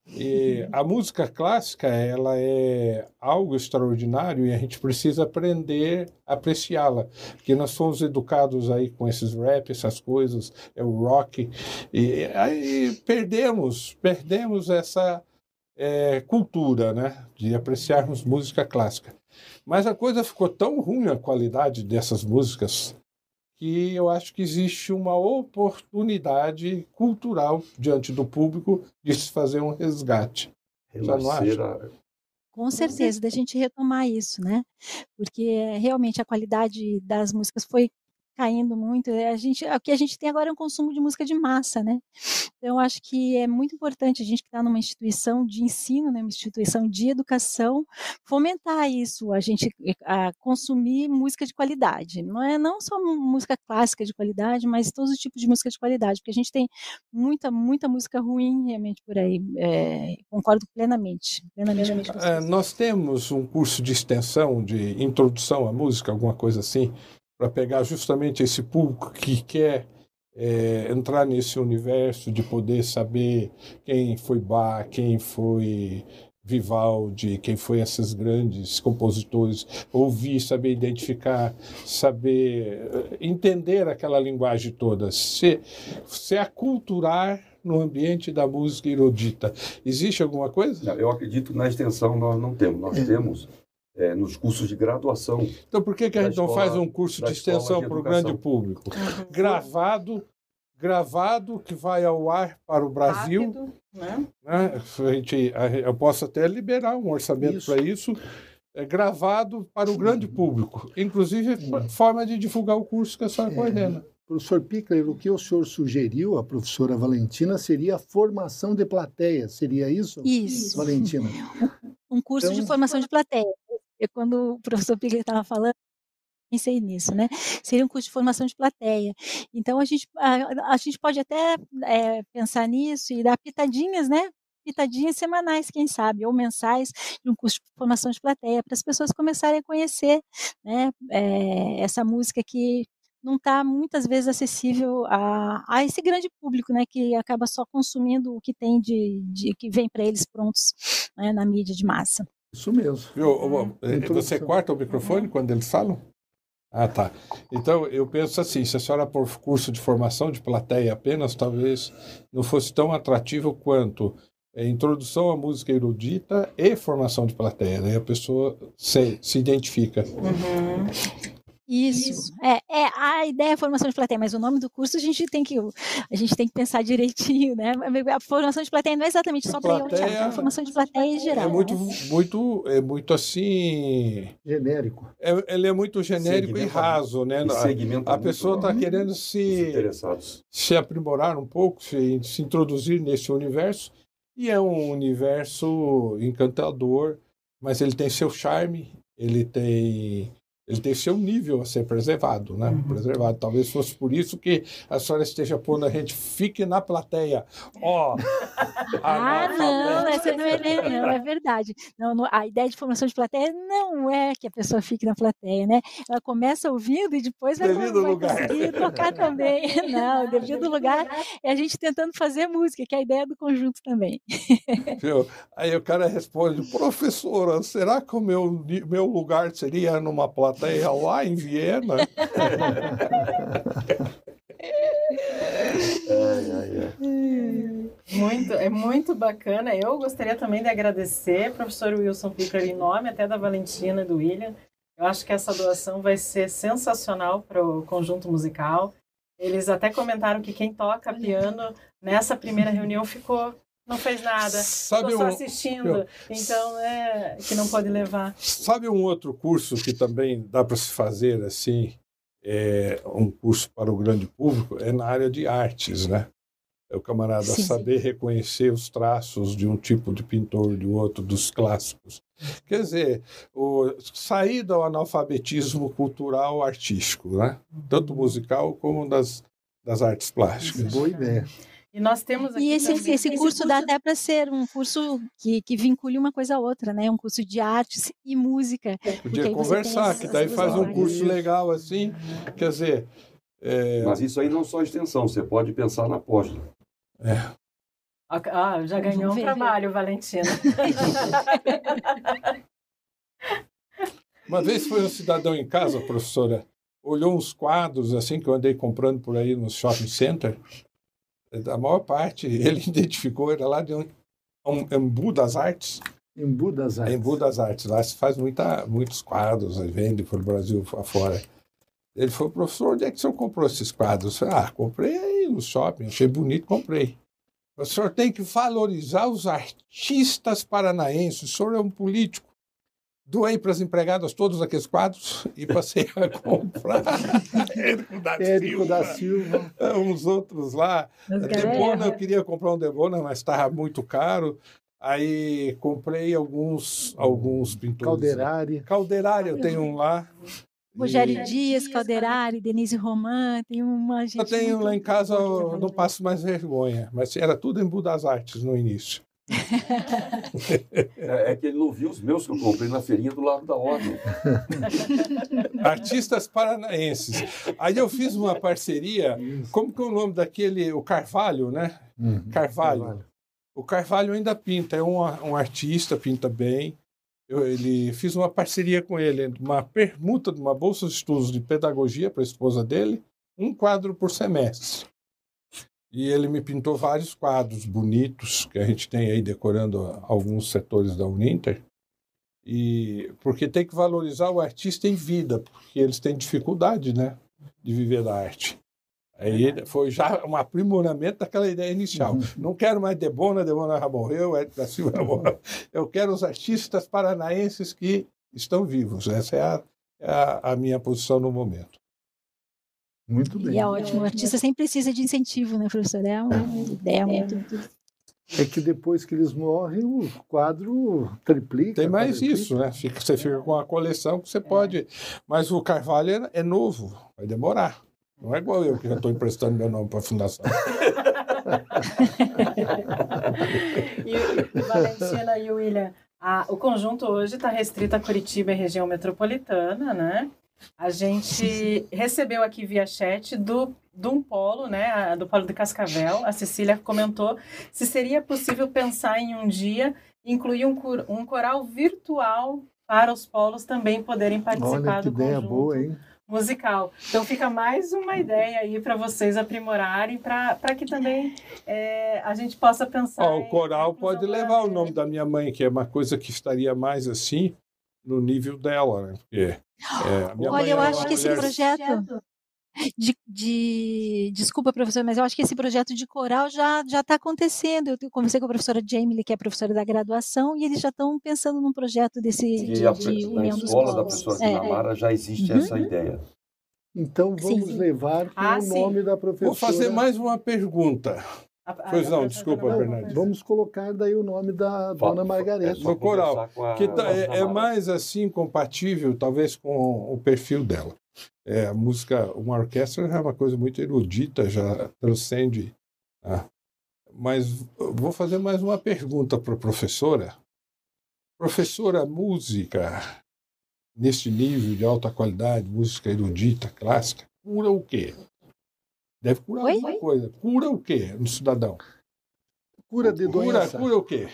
E a música clássica, ela é algo extraordinário e a gente precisa aprender a apreciá-la, porque nós fomos educados aí com esses rap, essas coisas, é o rock, e aí perdemos, perdemos essa é, cultura, né, de apreciarmos música clássica. Mas a coisa ficou tão ruim, a qualidade dessas músicas, que eu acho que existe uma oportunidade cultural diante do público de se fazer um resgate. Já não acha? Com certeza, da gente retomar isso, né? Porque realmente a qualidade das músicas foi caindo muito. A gente, o que a gente tem agora é um consumo de música de massa, né? Então, eu acho que é muito importante a gente que está numa instituição de ensino, né, uma instituição de educação, fomentar isso, a gente a consumir música de qualidade. Não é não só música clássica de qualidade, mas todos os tipos de música de qualidade, porque a gente tem muita, muita música ruim realmente por aí. É, concordo plenamente. plenamente é, nós temos um curso de extensão, de introdução à música, alguma coisa assim, para pegar justamente esse público que quer é, entrar nesse universo de poder saber quem foi Bach, quem foi Vivaldi, quem foi esses grandes compositores, ouvir, saber identificar, saber entender aquela linguagem toda, se, se aculturar no ambiente da música erudita. Existe alguma coisa? Não, eu acredito que na extensão nós não temos. Nós temos É, nos cursos de graduação. Então, por que, que a gente escola, não faz um curso de extensão para o grande público? Uhum. Gravado, gravado, que vai ao ar para o Brasil. Rápido, né? Né? A gente, eu posso até liberar um orçamento para isso. É gravado para o grande público. Inclusive, uhum. forma de divulgar o curso que a senhora é. coordena. Professor Pickler, o que o senhor sugeriu, a professora Valentina, seria a formação de plateia. Seria isso? Isso. Valentina. Um curso então, de formação de plateia. Eu, quando o professor Pickler estava falando, pensei nisso, né? Seria um curso de formação de plateia. Então, a gente, a, a gente pode até é, pensar nisso e dar pitadinhas, né? Pitadinhas semanais, quem sabe, ou mensais, de um curso de formação de plateia, para as pessoas começarem a conhecer, né? É, essa música que não está muitas vezes acessível a, a esse grande público, né? Que acaba só consumindo o que tem de, de que vem para eles prontos, né, na mídia de massa. Isso mesmo. Eu, eu, você corta o microfone uhum. quando eles falam? Ah, tá. Então, eu penso assim, se a senhora por curso de formação de plateia apenas, talvez não fosse tão atrativo quanto a introdução à música erudita e formação de plateia. Daí a pessoa se, se identifica. Uhum. Isso, Isso. É, é, a ideia é a formação de plateia, mas o nome do curso a gente tem que, a gente tem que pensar direitinho, né? A formação de plateia não é exatamente só para eu, é a formação de plateia em geral. É muito, né? muito, é muito assim... Genérico. É, ele é muito genérico e raso, né? A, a pessoa está querendo se, se aprimorar um pouco, se, se introduzir nesse universo, e é um universo encantador, mas ele tem seu charme, ele tem... Ele tem seu nível a ser preservado, né? Uhum. Preservado. Talvez fosse por isso que a senhora esteja pondo a gente fique na plateia. Ó! Oh, ah, não, essa não é, não, é verdade. Não, não, a ideia de formação de plateia não é que a pessoa fique na plateia, né? Ela começa ouvindo e depois vai, vai conseguir tocar também. Não, devido lugar é a gente tentando fazer música, que é a ideia do conjunto também. Viu? Aí o cara responde, professora, será que o meu, meu lugar seria numa plateia lá em Viena? ai, ai, ai. Muito, é muito bacana. Eu gostaria também de agradecer, professor Wilson Pickler, em nome até da Valentina e do William. Eu acho que essa doação vai ser sensacional para o conjunto musical. Eles até comentaram que quem toca piano nessa primeira reunião ficou... Não fez nada, Sabe estou só um, assistindo, eu, então é que não pode levar. Sabe um outro curso que também dá para se fazer assim, é, um curso para o grande público, é na área de artes, né? É o camarada sim, saber sim. reconhecer os traços de um tipo de pintor, de outro, dos clássicos. Quer dizer, o, sair do analfabetismo cultural artístico, né? Tanto musical como das, das artes plásticas. Boa ideia. E nós temos aqui e esse, esse, esse curso, curso dá até para ser um curso que, que vincule uma coisa a outra, né? Um curso de artes e música. Podia conversar, que daí faz um curso legal assim, quer dizer... É... Mas isso aí não só extensão, você pode pensar na pós. É. Ah, já Vamos ganhou um ver. trabalho, Valentina. Uma vez foi um cidadão em casa, professora, olhou uns quadros assim que eu andei comprando por aí no shopping center. A maior parte ele identificou, era lá de um, um Embu das Artes. Embu das Artes. Embu das Artes. Lá se faz muita, muitos quadros, vende para o Brasil afora. Ele falou, professor, onde é que o senhor comprou esses quadros? Eu falei, ah, comprei aí no shopping, achei bonito, comprei. O senhor tem que valorizar os artistas paranaenses, o senhor é um político. Doei para as empregadas todos aqueles quadros e passei a comprar. Érico da Érico Silva. da Silva. Uns outros lá. Mas, Debona, galera, eu queria comprar um Debona, mas estava muito caro. Aí comprei alguns, alguns pintores. Calderari. Calderari, eu tenho um lá. Rogério E Dias, Calderari, Denise Roman, tem uma gente. eu tenho muito lá em casa, boa. eu não passo mais vergonha. Mas era tudo Embu das Artes no início. É, é que ele não viu os meus que eu comprei na feirinha do lado da ordem. Artistas paranaenses. Aí eu fiz uma parceria, como que é o nome daquele, o Carvalho, né? Uhum. Carvalho. Carvalho. O Carvalho ainda pinta, é um, um artista, pinta bem. Eu ele, fiz uma parceria com ele, uma permuta de uma bolsa de estudos de pedagogia para a esposa dele, um quadro por semestre. E ele me pintou vários quadros bonitos que a gente tem aí decorando alguns setores da Uninter. E porque tem que valorizar o artista em vida, porque eles têm dificuldade, né, de viver da arte. Aí foi já um aprimoramento daquela ideia inicial. Uhum. Não quero mais Debona, Debona já morreu, Érico da Silva já morreu. Eu quero os artistas paranaenses que estão vivos. Essa é a, é a, a minha posição no momento. Muito bem. E é ótimo. O artista sempre precisa de incentivo, né, professor? É uma ideia muito. É que depois que eles morrem, o quadro triplica. Tem mais quadriplica. isso, né? Fica, você fica com a coleção que você pode. Mas o Carvalho é, é novo, vai demorar. Não é igual eu que já estou emprestando meu nome para a fundação. e, e Valentina e William, a, o conjunto hoje está restrito a Curitiba e região metropolitana, né? A gente recebeu aqui via chat do, de um polo, né, do polo de Cascavel. A Cecília comentou se seria possível pensar em um dia incluir um, um coral virtual para os polos também poderem participar Olha, que do ideia conjunto boa, hein? musical. Então fica mais uma ideia aí para vocês aprimorarem, para que também é, a gente possa pensar. Ó, o coral pode levar o nome da minha mãe, que é uma coisa que estaria mais assim no nível dela, né? Porque É, a minha Olha, mãe eu era acho uma que esse mulher- projeto de, de- desculpa, professor, mas eu acho que esse projeto de coral já já está acontecendo. Eu conversei com a professora Jamie, que é a professora da graduação, e eles já estão pensando num projeto desse E de, a, de na união dos escola da povos. professora É. Dinamara já existe Uhum. essa ideia. Então vamos Sim. levar com Ah, o sim. nome da professora. Vou fazer mais uma pergunta. A- a- Pois a não, professora desculpa, Ana Maria. Bernardo. Vamos colocar daí o nome da Fa- dona Margareta. é só No coral, conversar com a- Que tá- com a é, é Dinamara. mais assim compatível, talvez, com o perfil dela. É, a música, uma orquestra é uma coisa muito erudita, já transcende. Tá? Mas eu vou fazer mais uma pergunta para a professora. Professora, música neste nível de alta qualidade, música erudita, clássica, cura o quê? Deve curar Oi? alguma coisa. Cura o quê no cidadão? Cura de Cura, doença. cura o quê?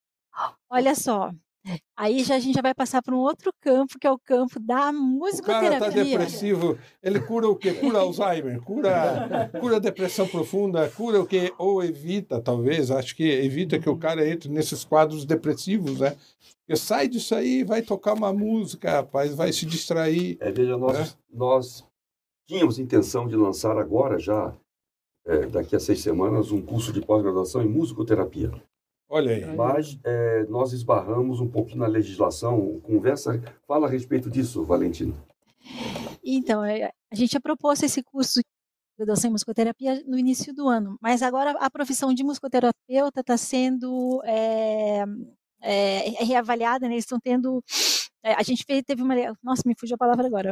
Olha só, aí já a gente já vai passar para um outro campo, que é o campo da O cara está musicoterapia. depressivo, ele cura o quê? Cura Alzheimer, cura, cura depressão profunda, cura o quê? Ou evita, talvez, acho que evita que o cara entre nesses quadros depressivos, né? Porque sai disso aí, vai tocar uma música, rapaz, vai se distrair. É, veja, nós, nós tínhamos intenção de lançar agora já, é, daqui a seis semanas, um curso de pós-graduação em musicoterapia. Olha aí. Mas é, nós esbarramos um pouquinho na legislação. Conversa, fala a respeito disso, Valentina. Então, é, a gente já propôs esse curso de graduação em musicoterapia no início do ano, mas agora a profissão de musicoterapeuta está sendo é, é, reavaliada, né? Eles estão tendo. é, a gente fez- teve uma. Nossa, me fugiu a palavra agora.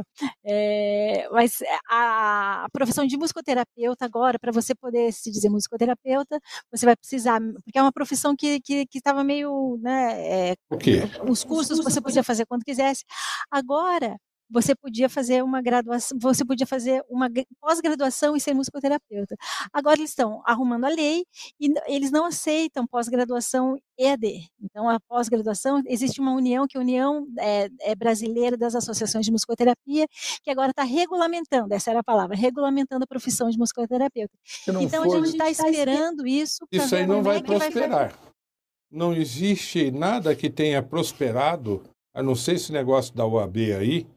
É, mas a, a profissão de musicoterapeuta agora, para você poder se dizer musicoterapeuta, você vai precisar, porque é uma profissão que que que estava meio, né, é, O quê? os cursos você podia fazer quando quisesse. Agora, você podia fazer uma graduação, você podia fazer uma pós-graduação e ser musicoterapeuta. Agora eles estão arrumando a lei e eles não aceitam pós-graduação E A D. Então, a pós-graduação, existe uma união, que é a União é, é Brasileira das Associações de Musicoterapia, que agora está regulamentando, essa era a palavra, regulamentando a profissão de musicoterapeuta. Então, for, a gente está esperando isso. Isso aí não vai é prosperar. Vai... Não existe nada que tenha prosperado, a não ser esse negócio da O A B aí,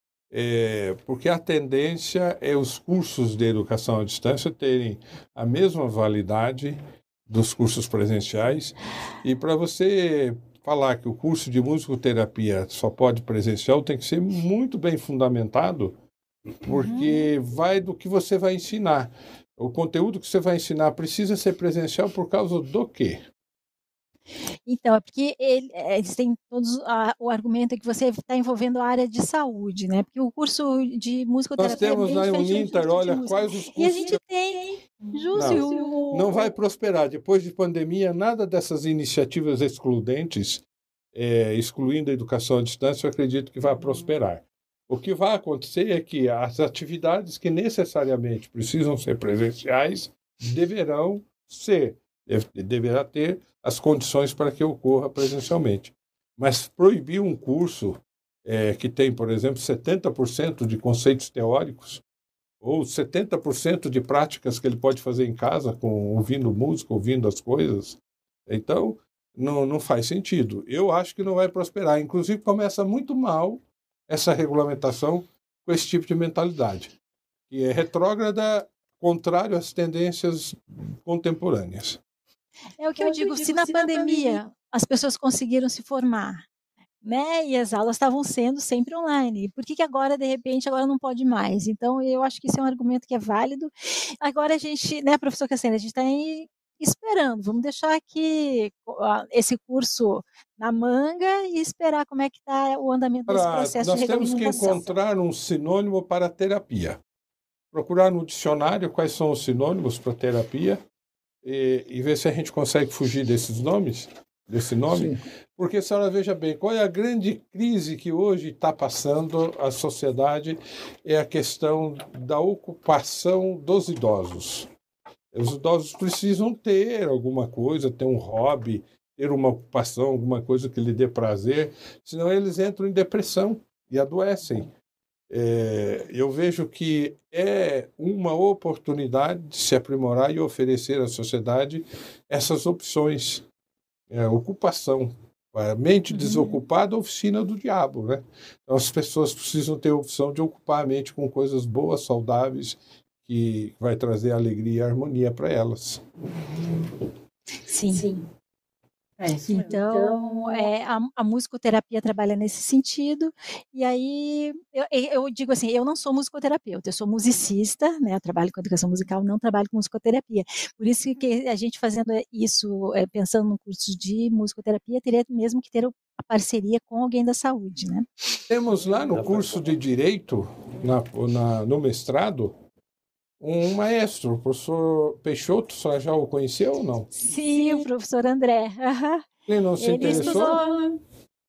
é, porque a tendência é os cursos de educação à distância terem a mesma validade dos cursos presenciais, e para você falar que o curso de musicoterapia só pode presencial, tem que ser muito bem fundamentado, porque uhum. vai do que você vai ensinar. O conteúdo que você vai ensinar precisa ser presencial por causa do quê? Então, é porque ele, eles têm todos a, o argumento é que você está envolvendo a área de saúde, né? Porque o curso de musicoterapia nós temos lá no Uninter, olha quais os cursos. E a gente tem, justo. Não, o... não vai prosperar. Depois de pandemia, nada dessas iniciativas excludentes, é, excluindo a educação à distância, eu acredito que vai prosperar. O que vai acontecer é que as atividades que necessariamente precisam ser presenciais deverão ser, deverá ter as condições para que ocorra presencialmente. Mas proibir um curso é, que tem, por exemplo, setenta por cento de conceitos teóricos ou setenta por cento de práticas que ele pode fazer em casa, com, ouvindo música, ouvindo as coisas, então não, não faz sentido. Eu acho que não vai prosperar. Inclusive, começa muito mal essa regulamentação com esse tipo de mentalidade, que é retrógrada, contrário às tendências contemporâneas. É o que eu, eu digo, digo, se na se pandemia, pandemia as pessoas conseguiram se formar, né, e as aulas estavam sendo sempre online, por que que agora, de repente, agora não pode mais? Então, eu acho que esse é um argumento que é válido. Agora a gente, né, professor Castanheira, a gente está esperando, vamos deixar aqui esse curso na manga e esperar como é que está o andamento desse processo nós de regulamentação. Nós temos que encontrar um sinônimo para terapia. Procurar no dicionário quais são os sinônimos para terapia, E, e ver se a gente consegue fugir desses nomes, desse nome, Sim. porque a senhora veja bem, qual é a grande crise que hoje está passando a sociedade, é a questão da ocupação dos idosos. Os idosos precisam ter alguma coisa, ter um hobby, ter uma ocupação, alguma coisa que lhe dê prazer, senão eles entram em depressão e adoecem. É, eu vejo que é uma oportunidade de se aprimorar e oferecer à sociedade essas opções. É, ocupação. A mente uhum. desocupada, oficina do diabo, né? Então, as pessoas precisam ter a opção de ocupar a mente com coisas boas, saudáveis, que vai trazer alegria e harmonia para elas. Sim. Sim. É, então, é, a, a musicoterapia trabalha nesse sentido, e aí eu, eu digo assim, eu não sou musicoterapeuta, eu sou musicista, né, eu trabalho com educação musical, não trabalho com musicoterapia, por isso que a gente fazendo isso, é, pensando no curso de musicoterapia, teria mesmo que ter a parceria com alguém da saúde, né? Temos lá no curso de Direito, na, na, no mestrado, um maestro, o professor Peixoto, a senhora já o conheceu ou não? Sim, o professor André. Uhum. Ele não se ele interessou? Estudou...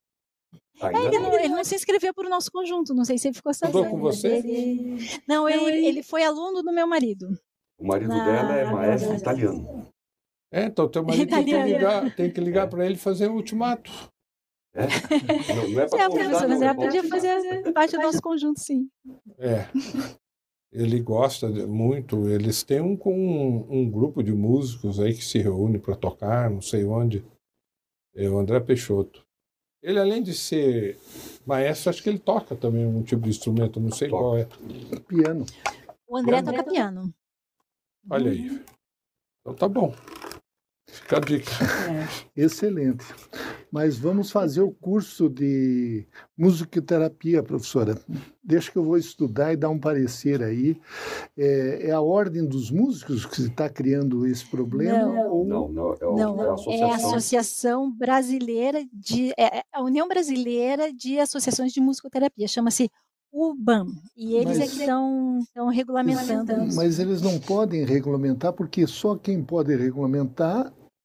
É, ele, não, ele não se inscreveu para o nosso conjunto, não sei se ele ficou sabendo. Estudou com você? Ele... Não, ele, ele foi aluno do meu marido. O marido na... dela é maestro italiano. É, então teu marido tem que ligar, tem que ligar para ele e fazer um ultimato. É? Não, não é para é, o professor André podia fazer parte do nosso conjunto, sim. É. Ele gosta muito, eles têm um, um, um grupo de músicos aí que se reúne para tocar, não sei onde, é o André Peixoto. Ele, além de ser maestro, acho que ele toca também um tipo de instrumento, não sei toca. Qual é. Piano. O André piano. toca piano. Olha aí. Então tá bom. Fica a dica. É. Excelente. Mas vamos fazer o curso de musicoterapia, professora. Deixa que eu vou estudar e dar um parecer aí. É, é a Ordem dos Músicos que está criando esse problema? Não, ou... não, não, é, o, não, é a Associação, é a Associação Brasileira de... É a União Brasileira de Associações de Musicoterapia. Chama-se U B A M. E eles mas, é que estão, estão regulamentando. Mas eles não podem regulamentar, porque só quem pode regulamentar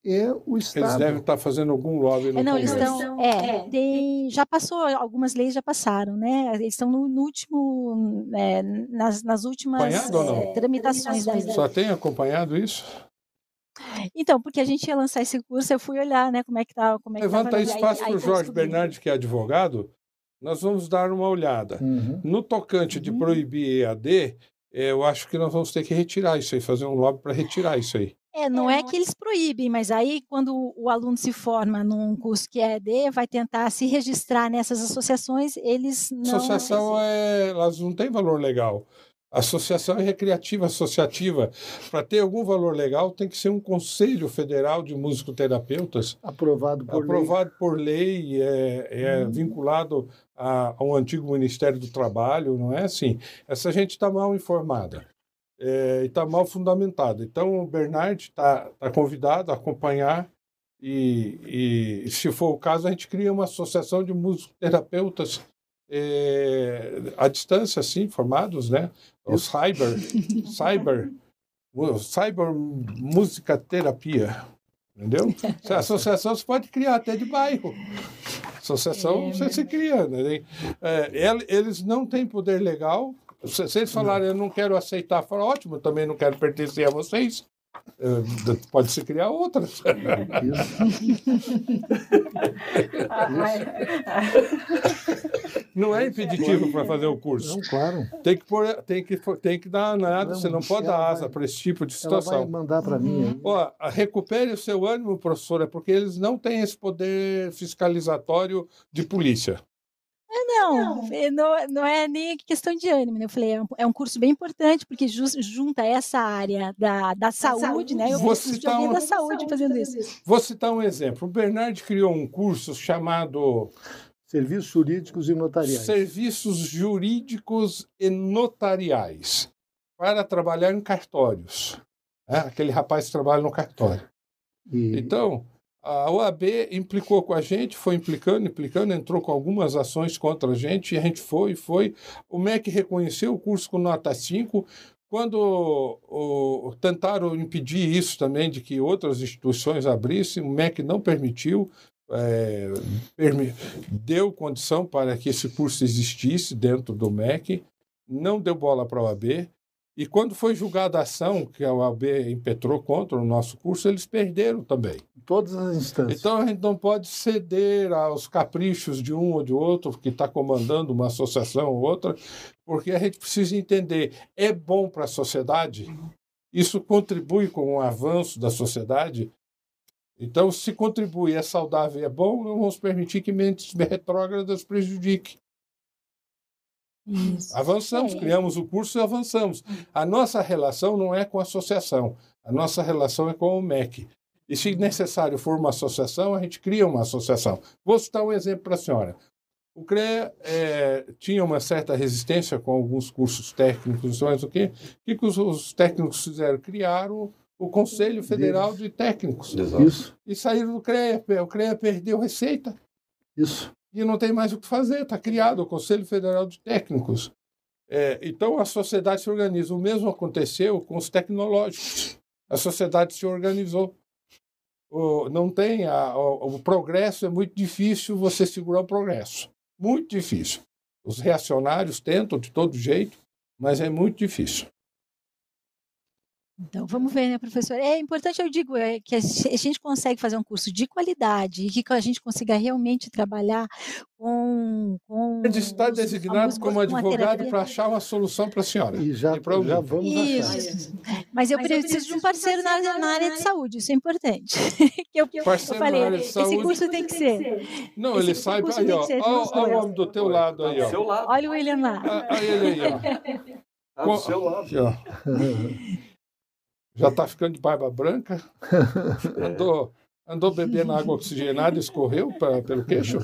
é o Estado. Eles devem estar fazendo algum lobby no É, não, eles Congresso. estão. É, tem, já passou, algumas leis já passaram, né? Eles estão no, no último, é, nas, nas últimas Acompanhado ou não? é, tramitações da lei. Só tem acompanhado isso? Então, porque a gente ia lançar esse curso, eu fui olhar, né, como é que tá, como é que Levanta tava, espaço aí- para o aí Jorge descobri. Bernardi, que é advogado. Nós vamos dar uma olhada. Uhum. No tocante de Uhum. proibir E A D, eh, eu acho que nós vamos ter que retirar isso aí, fazer um lobby para retirar isso aí. É, não é que eles proíbem, mas aí quando o aluno se forma num curso que é E A D, vai tentar se registrar nessas associações, eles não... Associação, é, elas não têm valor legal. Associação é recreativa, associativa. Para ter algum valor legal, tem que ser um Conselho Federal de Musicoterapeutas, Aprovado por aprovado por lei, é, é vinculado a, a um antigo Ministério do Trabalho, não é assim? Essa gente está mal informada. É, e está mal fundamentada. Então, o Bernardi está tá convidado a acompanhar e, e, se for o caso, a gente cria uma associação de musicoterapeutas é, à distância, assim, formados, né? O cyber, cyber, o cyber música terapia, entendeu? A associação você pode criar até de bairro. Associação É, você se cria, né? É, el- eles não têm poder legal. Se, se eles falarem, eu não quero aceitar, fala, ótimo, eu também não quero pertencer a vocês. É, pode se criar outras. Não é impeditivo para fazer o curso. Não, claro. Tem que, pôr, tem que, tem que dar nada, Não, você não pode ela dar vai- asa para esse tipo de Ela vai situação. mandar para mim. aí. Ó, recupere o seu ânimo, professora, porque eles não têm esse poder fiscalizatório de polícia. Não, é, não, não é nem questão de ânimo, né? Eu falei, é um, é um curso bem importante, porque jus- junta essa área da, da saúde, né? Eu Vou preciso de citar alguém um- da saúde fazendo isso. Vou citar um exemplo. O Bernardi criou um curso chamado Serviços jurídicos e notariais. Serviços Jurídicos e Notariais para trabalhar em cartórios. É, aquele rapaz que trabalha no cartório. E, Então, a O A B implicou com a gente, foi implicando, implicando, entrou com algumas ações contra a gente, e a gente foi, foi. O M E C reconheceu o curso com nota cinco. Quando o, tentaram impedir isso também, de que outras instituições abrissem, o M E C não permitiu, é, permi- deu condição para que esse curso existisse dentro do M E C, não deu bola para a O A B. E quando foi julgada a ação que a O A B impetrou contra o nosso curso, eles perderam também. todas as instâncias. Então a gente não pode ceder aos caprichos de um ou de outro que está comandando uma associação ou outra, porque a gente precisa entender, é bom para a sociedade? Isso contribui com o avanço da sociedade? Então, se contribui, é saudável e é bom, não vamos permitir que mentes retrógradas prejudiquem. Isso. Avançamos, É. criamos o curso e avançamos. A nossa relação não é com a associação, a nossa relação é com o M E C. E se necessário for uma associação, a gente cria uma associação. Vou citar um exemplo para a senhora. O CREA é, tinha uma certa resistência com alguns cursos técnicos, mas o quê? O que, que os, os técnicos fizeram? Criaram o Conselho Federal de Técnicos. Exato. Isso, E saíram do CREA. O CREA perdeu receita. isso. E não tem mais o que fazer, está criado o Conselho Federal de Técnicos. É, então, a sociedade se organiza. O mesmo aconteceu com os tecnológicos. A sociedade se organizou. O, não tem a, o, o progresso, é muito difícil você segurar o progresso. Muito difícil. Os reacionários tentam de todo jeito, mas é muito difícil. Então, vamos ver, né, professor? É importante, eu digo, é, que a gente a gente consegue fazer um curso de qualidade e que a gente consiga realmente trabalhar com... com Ele está os- a designado música, como com a advogado terapia. para achar uma solução para a senhora. E já, E para o já mundo. vamos achar. Isso. Mas eu preciso de um parceiro na área, na área de saúde, isso é importante. que eu, que eu Parceiro na falei, área de esse saúde. curso tem que ser. Não, Esse ele sai... curso Aí, tem ó, que ser ó, dos ó o dois. homem do teu lado aí, Tá do seu ó. lado. Olha o William lá. Ah, Olha ele aí, ó. Tá do seu lado. Aqui, ó. Já está ficando de barba branca. Andou, andou bebendo água oxigenada, escorreu pra, pelo queixo.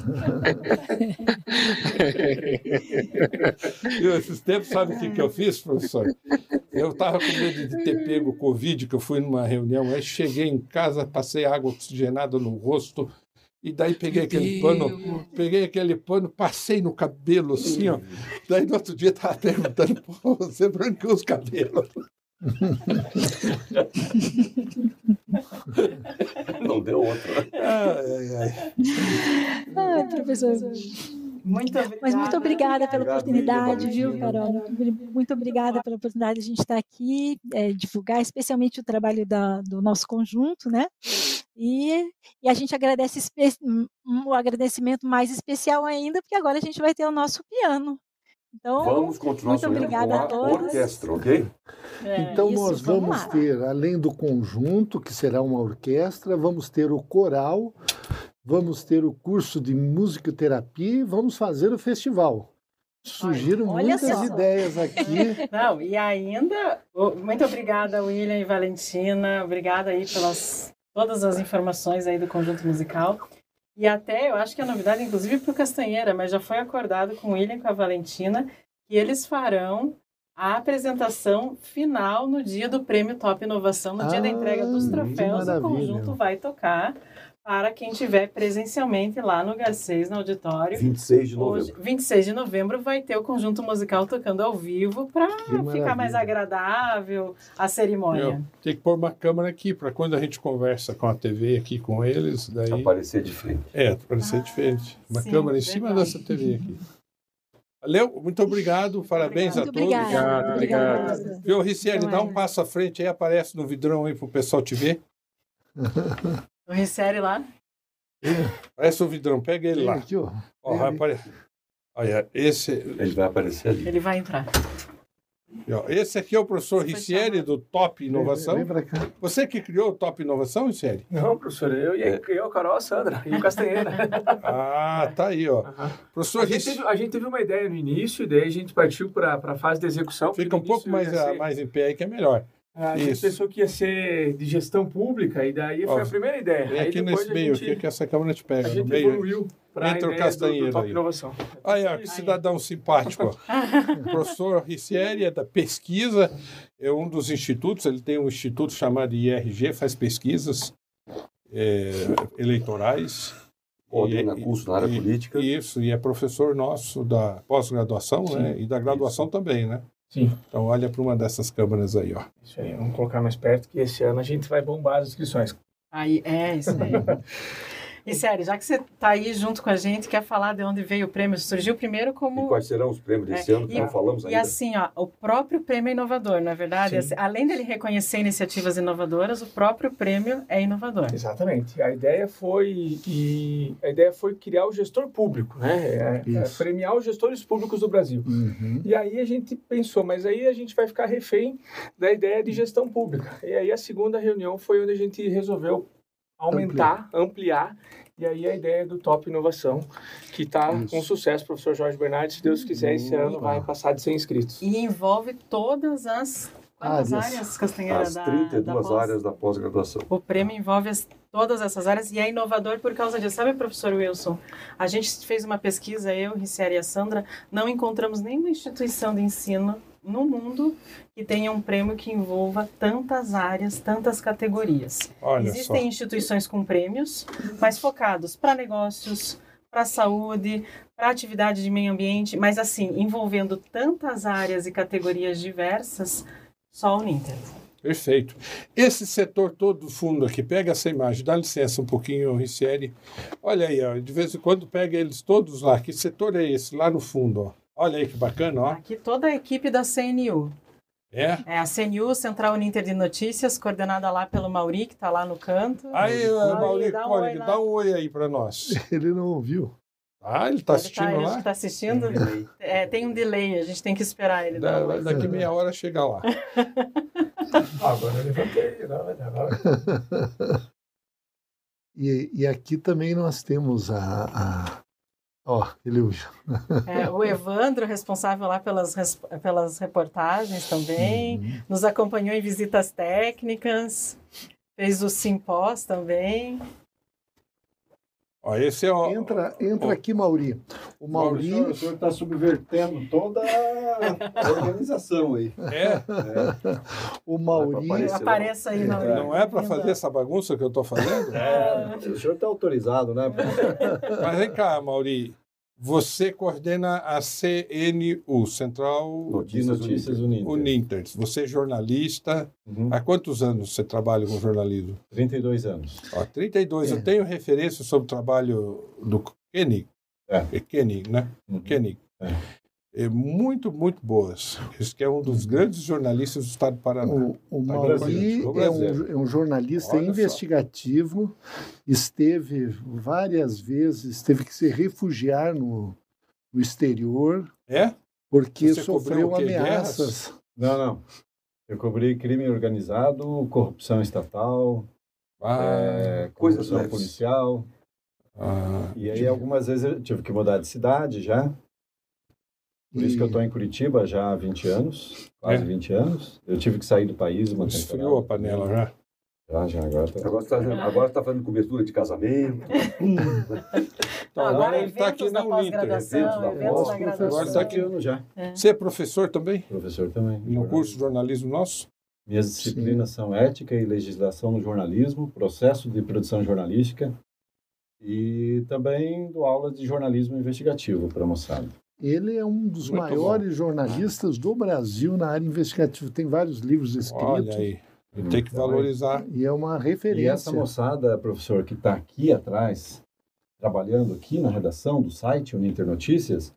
E esses tempos, sabe o que, que eu fiz, professor? Eu estava com medo de ter pego Covid, que eu fui numa reunião, aí cheguei em casa, passei água oxigenada no rosto, e daí peguei aquele pano, peguei aquele pano, passei no cabelo assim, ó. Daí no outro dia estava perguntando, pô, você branqueou os cabelos. Não deu outra. Ai, ai, ai. Ai, professor. Muito obrigada. Mas muito obrigada pela Obrigado, oportunidade, William, viu, Valentina. Carol? Muito obrigada pela oportunidade de a gente estar aqui, é, divulgar especialmente o trabalho da, do nosso conjunto, né? E, e a gente agradece um, um agradecimento mais especial ainda, porque agora a gente vai ter o nosso piano. Então, Vamos continuar muito sonhando obrigada com a a todos. orquestra, ok? É, Então, isso, nós vamos vamos lá. ter, além do conjunto, que será uma orquestra, vamos ter o coral, vamos ter o curso de musicoterapia e vamos fazer o festival. Surgiram Olha muitas só. ideias aqui. Não, e ainda, o- muito obrigada, William e Valentina. Obrigada aí pelas todas as informações aí do conjunto musical. E até, eu acho que é novidade, inclusive para o Castanheira, mas já foi acordado com o William e com a Valentina, que eles farão a apresentação final no dia do Prêmio Top Inovação, no dia da entrega dos Ah, que troféus. O maravilha. conjunto vai tocar para quem estiver presencialmente lá no Garcês, no auditório. vinte e seis de Hoje, novembro. vinte e seis de novembro, vai ter o conjunto musical tocando ao vivo para maravilha. ficar mais agradável a cerimônia. Eu, tem que pôr uma câmera aqui para quando a gente conversa com a T V aqui com eles, daí Aparecer de frente. é, para ser diferente. Uma sim, câmera em cima verdade. dessa T V aqui. Valeu, muito obrigado, parabéns Muito a todos. obrigada. Obrigado, obrigada. Viu, Ricieli, Então dá é. um passo à frente aí, aparece no vidrão aí pro pessoal te ver. O Ricere lá. Aparece o vidrão, pega ele Tem lá. aqui, ó. Ó, vai aparecer. Olha, esse, Ele vai aparecer ali. Ele vai entrar. ó, esse aqui é o professor Você foi Ricieli chamado. do Top Inovação. Vem pra cá. Você que criou o Top Inovação, Ricieli? Não, professor, eu e a- eu, a Carol, a Sandra e o Castanheira. Ah, tá aí, ó. Aham. Professor A gente, Ricieli, teve, a gente teve uma ideia no início, daí a gente partiu para a fase de execução. porque fica um no pouco início mais, ia ah, ser- mais em pé aí que é melhor. A gente Isso. pensou que ia ser de gestão pública, e daí foi Ó, a primeira ideia. Vem Aí aqui depois nesse a meio gente, aqui que essa câmera te pega. a No gente meio. evoluiu para a Entre o ideia do, Castanheira do Top aí. Inovação. Aí, ó, que cidadão simpático. Ó. O professor Ricieri é da pesquisa, é um dos institutos, ele tem um instituto chamado I R G, faz pesquisas é, eleitorais. Coordena E- curso na área e- política. Isso, e é professor nosso da pós-graduação, Sim, né? E da graduação também, né? Sim, Então, olha para uma dessas câmeras aí, ó. isso aí. Vamos colocar mais perto, que esse ano a gente vai bombar as inscrições. Aí, é isso aí. E sério, já que você está aí junto com a gente, quer falar de onde veio o prêmio? Surgiu primeiro E como... quais serão os prêmios desse É, ano, que e- não falamos E ainda? assim, ó, o próprio prêmio é inovador, não é verdade? Sim. Assim, além dele reconhecer iniciativas inovadoras, o próprio prêmio é inovador. Exatamente. A ideia foi e a ideia foi criar o gestor público, né? É, é Isso. premiar os gestores públicos do Brasil. Uhum. E aí a gente pensou, mas aí a gente vai ficar refém da ideia de gestão pública. E aí a segunda reunião foi onde a gente resolveu aumentar, ampliar, e aí a ideia do Top Inovação, que está Isso. com sucesso, professor Jorge Bernardes, se Deus quiser, esse ano vai passar de cem inscritos. E envolve todas as... Quantas Áreas. áreas, Castanheira, As da, trinta e da duas pós? áreas da pós-graduação. O prêmio envolve as- todas essas áreas e é inovador por causa disso. Sabe, professor Wilson? A gente fez uma pesquisa, eu, Ricieri e a Sandra, não encontramos nenhuma instituição de ensino no mundo que tenha um prêmio que envolva tantas áreas, tantas categorias. Olha Existem só. instituições com prêmios, mas focados para negócios, para saúde, para atividade de meio ambiente, mas assim, envolvendo tantas áreas e categorias diversas, só o Uninter. Perfeito. Esse setor todo do fundo aqui, pega essa imagem, dá licença um pouquinho, Ricieri. Olha aí, ó, de vez em quando pega eles todos lá. Que setor é esse? Lá no fundo, ó. Olha aí que bacana, ó. Aqui toda a equipe da C N U. É? É a C N U, Central Uninter de Notícias, coordenada lá pelo Mauri, que está lá no canto. Aí, Mauri, Maurício, dá um olha, oi lá. dá um oi aí para nós. Ele não ouviu. Ah, ele está Ele assistindo tá, ele lá? está assistindo. É, tem um delay, a gente tem que esperar ele. Da- dar um oi. daqui meia hora chega lá. Agora eu levantei. Agora... E, e aqui também nós temos a... a... Ó, ele ouviu. É, o Evandro, responsável lá pelas, res- pelas reportagens também, Uhum. nos acompanhou em visitas técnicas, fez o Simpós também. Ó, esse é o... Entra, entra Ó. aqui, Mauri. O Mauri... O senhor está subvertendo toda a organização aí. É? O Mauri... Vai pra aparecer. Apareça aí, Mauri. Não é para fazer essa bagunça que eu estou fazendo? O senhor está autorizado, né? Mas vem cá, Mauri. Você coordena a C N U, Central Notícias, Notícias Uninter. Uninter. Você é jornalista. Uhum. Há quantos anos você trabalha com jornalismo? trinta e dois anos. Ó, trinta e dois. É. Eu tenho referência sobre o trabalho do Koenig. É. É Koenig, né? Uhum. Koenig. É. É muito, muito boas. Esse que é um dos grandes jornalistas do estado do Paraná. O, o Tá Mauri é um, é um jornalista Olha investigativo, esteve várias vezes, teve que se refugiar no, no exterior, É? porque Você cobriu sofreu o quê? ameaças. Não, não. Eu cobri crime organizado, corrupção estatal, Ah, é, coisas corrupção leves. policial. ah, E aí, algumas vezes, eu tive que mudar de cidade já. Por isso que eu estou em Curitiba já há vinte anos, quase É. vinte anos. Eu tive que sair do país uma esfriou a temporada. panela já. Já, já, agora tá. Agora está agora tá fazendo cobertura de casamento. Então, Agora agora ele está aqui eventos na da Uninter. pós-graduação, eventos da eventos da pós, graduação. Agora está aqui. ano já. Você é professor também? Professor também. No curso de jornalismo nosso? Minhas disciplinas são ética e legislação no jornalismo, processo de produção jornalística e também dou aula de jornalismo investigativo para a moçada. Ele é um dos Muito maiores jornalistas do Brasil na área investigativa. Tem vários livros escritos. Olha aí. Tem que valorizar. E é uma E referência. essa moçada, professor, que está aqui atrás, trabalhando aqui na redação do site Uninter Notícias,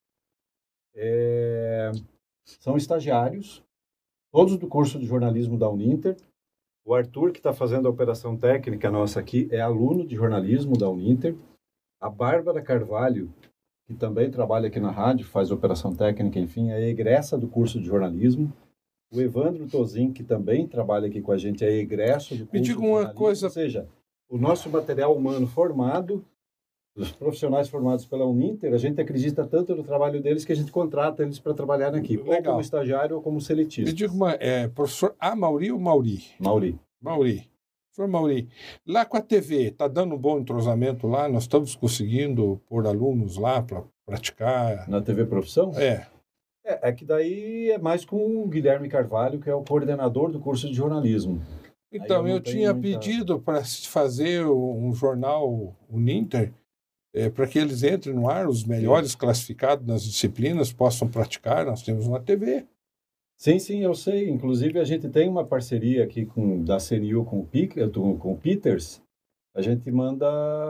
é... são estagiários, todos do curso de jornalismo da Uninter. O Arthur, que está fazendo a operação técnica nossa aqui, é aluno de jornalismo da Uninter. A Bárbara Carvalho, que também trabalha aqui na rádio, faz operação técnica, enfim, é egressa do curso de jornalismo. O Evandro Tozin, que também trabalha aqui com a gente, é egresso do curso Me diga de uma jornalismo. coisa. Ou seja, o nosso material humano formado, os profissionais formados pela Uninter, a gente acredita tanto no trabalho deles que a gente contrata eles para trabalhar aqui, ou Legal. como estagiário ou como seletista. Me diga uma... É, professor Amauri ou Mauri? Mauri. Mauri. Professor Mauri, lá com a T V, está dando um bom entrosamento lá? Nós estamos conseguindo pôr alunos lá para praticar? Na T V Profissão? É. É, é que daí é mais com o Guilherme Carvalho, que é o coordenador do curso de jornalismo. Então, eu não eu, tenho tinha muita- pedido para se fazer um jornal Uninter, é, para que eles entrem no ar, os melhores classificados nas disciplinas possam praticar. Nós temos uma T V. Sim, sim, eu sei. Inclusive, a gente tem uma parceria aqui com, da C N U com o, Pic, com o Peters. A gente manda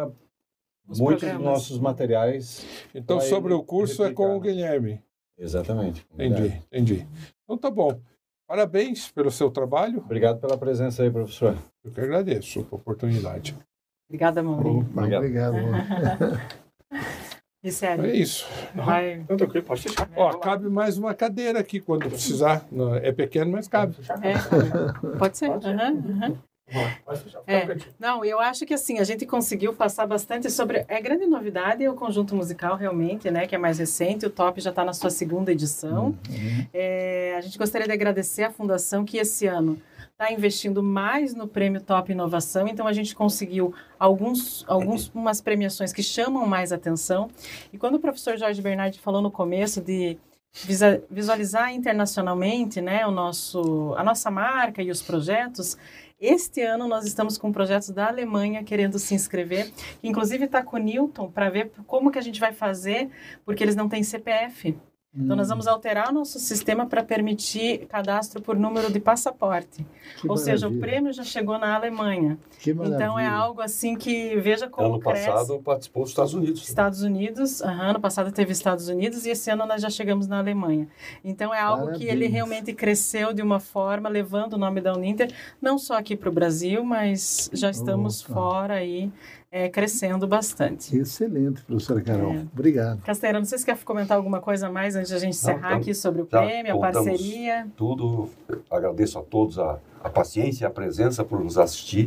Os muitos dos programas. nossos materiais. Então, Pra sobre ele o curso é com o replicar. Guilherme. Exatamente. Entendi, entendi. Então, tá bom. Parabéns pelo seu trabalho. Obrigado pela presença aí, professor. Eu que agradeço a oportunidade. Obrigada, Mauri. Opa, Obrigado. obrigado. E É sério, isso. vai... Não, tranquilo, pode fechar. Ó, cabe mais uma cadeira aqui quando precisar. Não, é pequeno, mas cabe. É, pode ser. Aham, aham. Pode fechar. É. Não, eu acho que assim, a gente conseguiu passar bastante sobre... É grande novidade o conjunto musical, realmente, né? Que é mais recente. O Top já está na sua segunda edição. É, a gente gostaria de agradecer à Fundação que esse ano está investindo mais no Prêmio Top Inovação. Então, a gente conseguiu alguns, alguns, umas premiações que chamam mais atenção. E quando o professor Jorge Bernardi falou no começo de visa- visualizar internacionalmente, né, o nosso, a nossa marca e os projetos... Este ano nós estamos com projetos da Alemanha querendo se inscrever, que inclusive está com o Newton para ver como que a gente vai fazer, porque eles não têm C P F. Então nós vamos alterar o nosso sistema para permitir cadastro por número de passaporte. Que Ou seja, o maravilha. prêmio já chegou na Alemanha. Que maravilha. Então é algo assim que veja como Ano cresce. passado participou dos Estados Unidos. Estados Unidos, aham, ano passado teve Estados Unidos e esse ano nós já chegamos na Alemanha. Então é algo Parabéns. que ele realmente cresceu de uma forma, levando o nome da Uninter, não só aqui para o Brasil, mas já estamos Opa. fora aí, é, crescendo bastante. Excelente, professora Carol. É. Obrigado. Castanheira, não sei se quer comentar alguma coisa mais antes de a gente encerrar Não, aqui sobre o já prêmio, a contamos parceria. Tudo. Agradeço a todos a, a paciência e a presença por nos assistir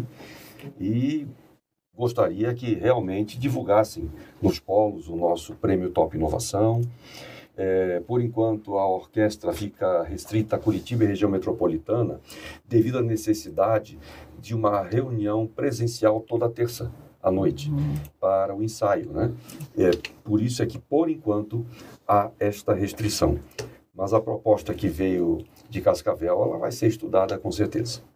e gostaria que realmente divulgassem nos polos o nosso Prêmio Top Inovação. É, por enquanto, a orquestra fica restrita a Curitiba e região metropolitana devido à necessidade de uma reunião presencial toda terça à noite para o ensaio, né? É, por isso é que, por enquanto, há esta restrição. Mas a proposta que veio de Cascavel, ela vai ser estudada com certeza.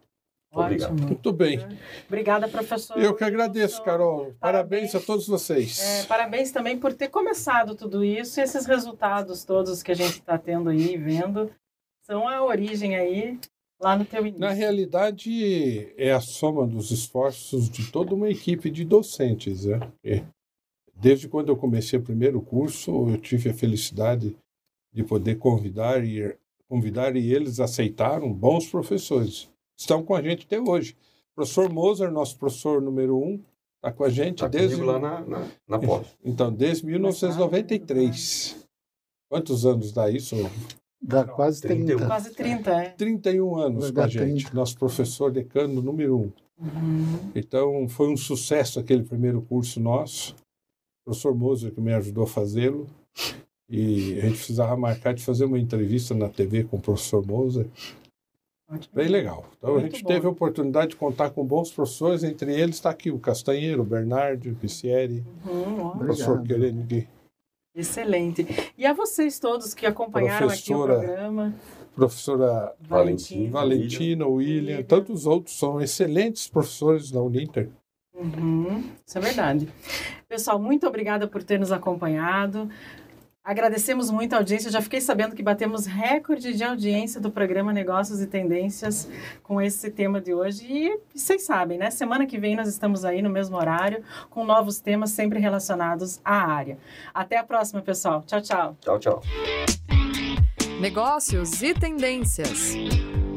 Obrigado. Ótimo. Muito bem. Obrigada, professor. Eu que agradeço, Carol. Parabéns, Parabéns a todos vocês. É, parabéns também por ter começado tudo isso e esses resultados todos que a gente está tendo aí, vendo, são a origem aí lá no teu início. Na realidade, é a soma dos esforços de toda uma equipe de docentes, né? É. Desde quando eu comecei o primeiro curso, eu tive a felicidade de poder convidar e, convidar e eles aceitaram bons professores. Estão com a gente até hoje. O professor Moser, nosso professor número um, está com a gente Tá desde... comigo lá na, na, na pós. Então, desde mil novecentos e noventa e três. Quantos anos dá isso? Dá quase trinta. Quase trinta, é. trinta e um anos Vai com a dar gente. trinta. Nosso professor decano número um. Uhum. Então, foi um sucesso aquele primeiro curso nosso. O professor Moser que me ajudou a fazê-lo. E a gente precisava marcar de fazer uma entrevista na T V com o professor Moser. Ótimo. Bem legal. Então, Muito a gente bom. teve a oportunidade de contar com bons professores. Entre eles está aqui o Castanheiro, o Bernardo, o Pissieri, Uhum, ó. o professor Obrigado. Querengue, Excelente. E a vocês todos que acompanharam Professora aqui o programa. professora Valentina. Valentina, William, William. tantos outros são excelentes professores da Uninter. Uhum, isso é verdade. Pessoal, muito obrigada por ter nos acompanhado. Agradecemos muito a audiência. Já fiquei sabendo que batemos recorde de audiência do programa Negócios e Tendências com esse tema de hoje. E vocês sabem, né? Semana que vem nós estamos aí no mesmo horário com novos temas sempre relacionados à área. Até a próxima, pessoal. Tchau, tchau. Tchau, tchau. Negócios e Tendências.